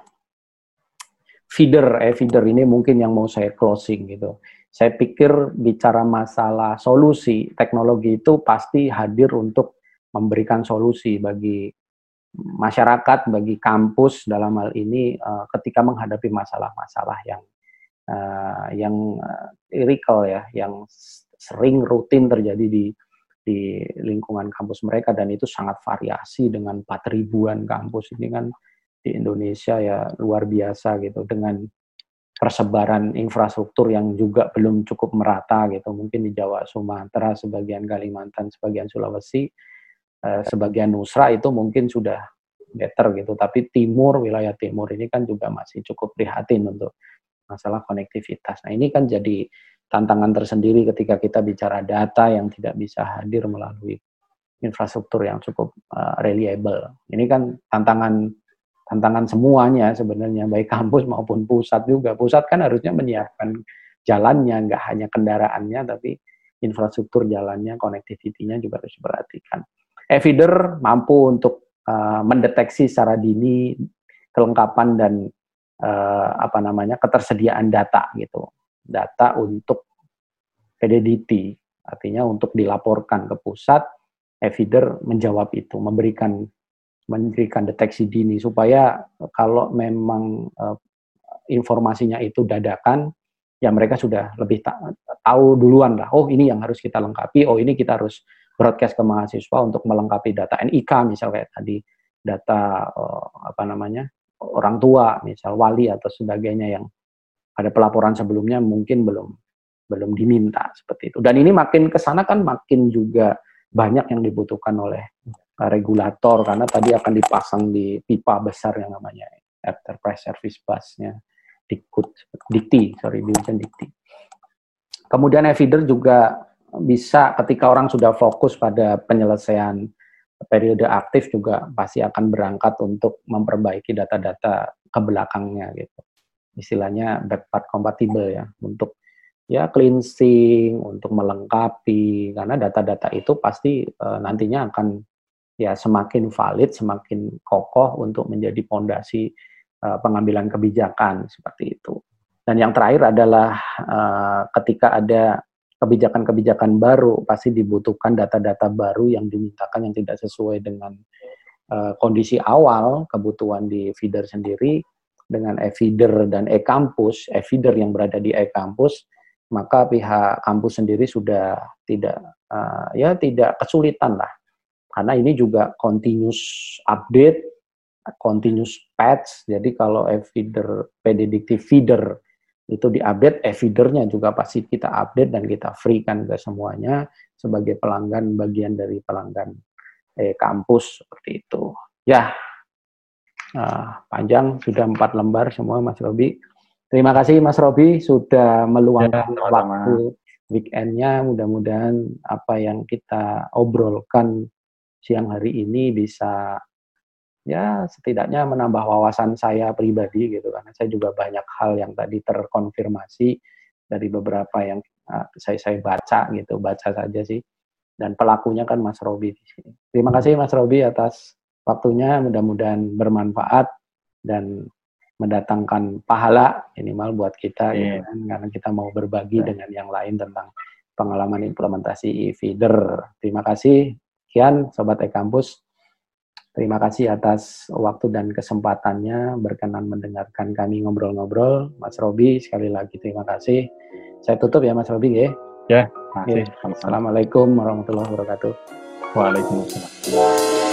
feeder, eh feeder ini mungkin yang mau saya closing gitu. Saya pikir bicara masalah solusi, teknologi itu pasti hadir untuk memberikan solusi bagi masyarakat, bagi kampus dalam hal ini uh, ketika menghadapi masalah-masalah yang uh, yang uh, critical ya, yang sering rutin terjadi di di lingkungan kampus mereka, dan itu sangat variasi dengan empat ribuan kampus ini kan di Indonesia ya luar biasa gitu, dengan persebaran infrastruktur yang juga belum cukup merata gitu, mungkin di Jawa, Sumatera, sebagian Kalimantan, sebagian Sulawesi, eh, sebagian Nusra itu mungkin sudah better gitu, tapi timur, wilayah timur ini kan juga masih cukup prihatin untuk masalah konektivitas. Nah ini kan jadi tantangan tersendiri ketika kita bicara data yang tidak bisa hadir melalui infrastruktur yang cukup uh, reliable. Ini kan tantangan tantangan semuanya sebenarnya, baik kampus maupun pusat juga. Pusat kan harusnya menyiapkan jalannya, nggak hanya kendaraannya, tapi infrastruktur jalannya, connectivity-nya juga harus diperhatikan. E-feeder mampu untuk uh, mendeteksi secara dini kelengkapan dan uh, apa namanya ketersediaan data gitu, data untuk P D Dikti, artinya untuk dilaporkan ke pusat. E-feeder menjawab itu, memberikan memberikan deteksi dini supaya kalau memang uh, informasinya itu dadakan, ya mereka sudah lebih ta tahu duluan lah, oh ini yang harus kita lengkapi, oh ini kita harus broadcast ke mahasiswa untuk melengkapi data N I K misalnya tadi, data uh, apa namanya orang tua, misal wali atau sebagainya yang pada pelaporan sebelumnya mungkin belum belum diminta seperti itu. Dan ini makin ke sana kan makin juga banyak yang dibutuhkan oleh uh, regulator karena tadi akan dipasang di pipa besar yang namanya Enterprise Service Bus-nya Dikut, Dikti, sorry, Dirjen Dikti. Kemudian e-feeder juga bisa ketika orang sudah fokus pada penyelesaian periode aktif juga pasti akan berangkat untuk memperbaiki data-data ke belakangnya gitu. Istilahnya backward compatible ya, untuk ya cleansing, untuk melengkapi, karena data-data itu pasti e, nantinya akan ya semakin valid, semakin kokoh untuk menjadi fondasi pengambilan kebijakan seperti itu. Dan yang terakhir adalah uh, ketika ada kebijakan-kebijakan baru pasti dibutuhkan data-data baru yang dimintakan yang tidak sesuai dengan uh, kondisi awal kebutuhan di feeder sendiri. Dengan e-feeder dan e-kampus, e-feeder yang berada di e-kampus, maka pihak kampus sendiri sudah tidak uh, ya tidak kesulitan lah, karena ini juga continuous update, continuous patch. Jadi kalau e-feeder, P D Dikti feeder itu diupdate, e-feedernya juga pasti kita update dan kita free kan ke semuanya sebagai pelanggan, bagian dari pelanggan e-kampus seperti itu. Ya, uh, panjang, sudah empat lembar semua Mas Robi. Terima kasih Mas Robi sudah meluangkan ya, waktu weekendnya. Mudah-mudahan apa yang kita obrolkan siang hari ini bisa ya setidaknya menambah wawasan saya pribadi gitu, karena saya juga banyak hal yang tadi terkonfirmasi dari beberapa yang uh, saya saya baca gitu, baca saja sih, dan pelakunya kan Mas Robi di sini. Terima kasih Mas Robi atas waktunya, mudah-mudahan bermanfaat dan mendatangkan pahala minimal buat kita yeah. gitu kan, karena kita mau berbagi yeah. dengan yang lain tentang pengalaman implementasi e-feeder. Terima kasih, sekian Sobat e-Kampus. Terima kasih atas waktu dan kesempatannya berkenan mendengarkan kami ngobrol-ngobrol. Mas Robi, sekali lagi terima kasih. Saya tutup ya Mas Robi ya. Ya, terima kasih. Assalamualaikum warahmatullahi wabarakatuh. Waalaikumsalam.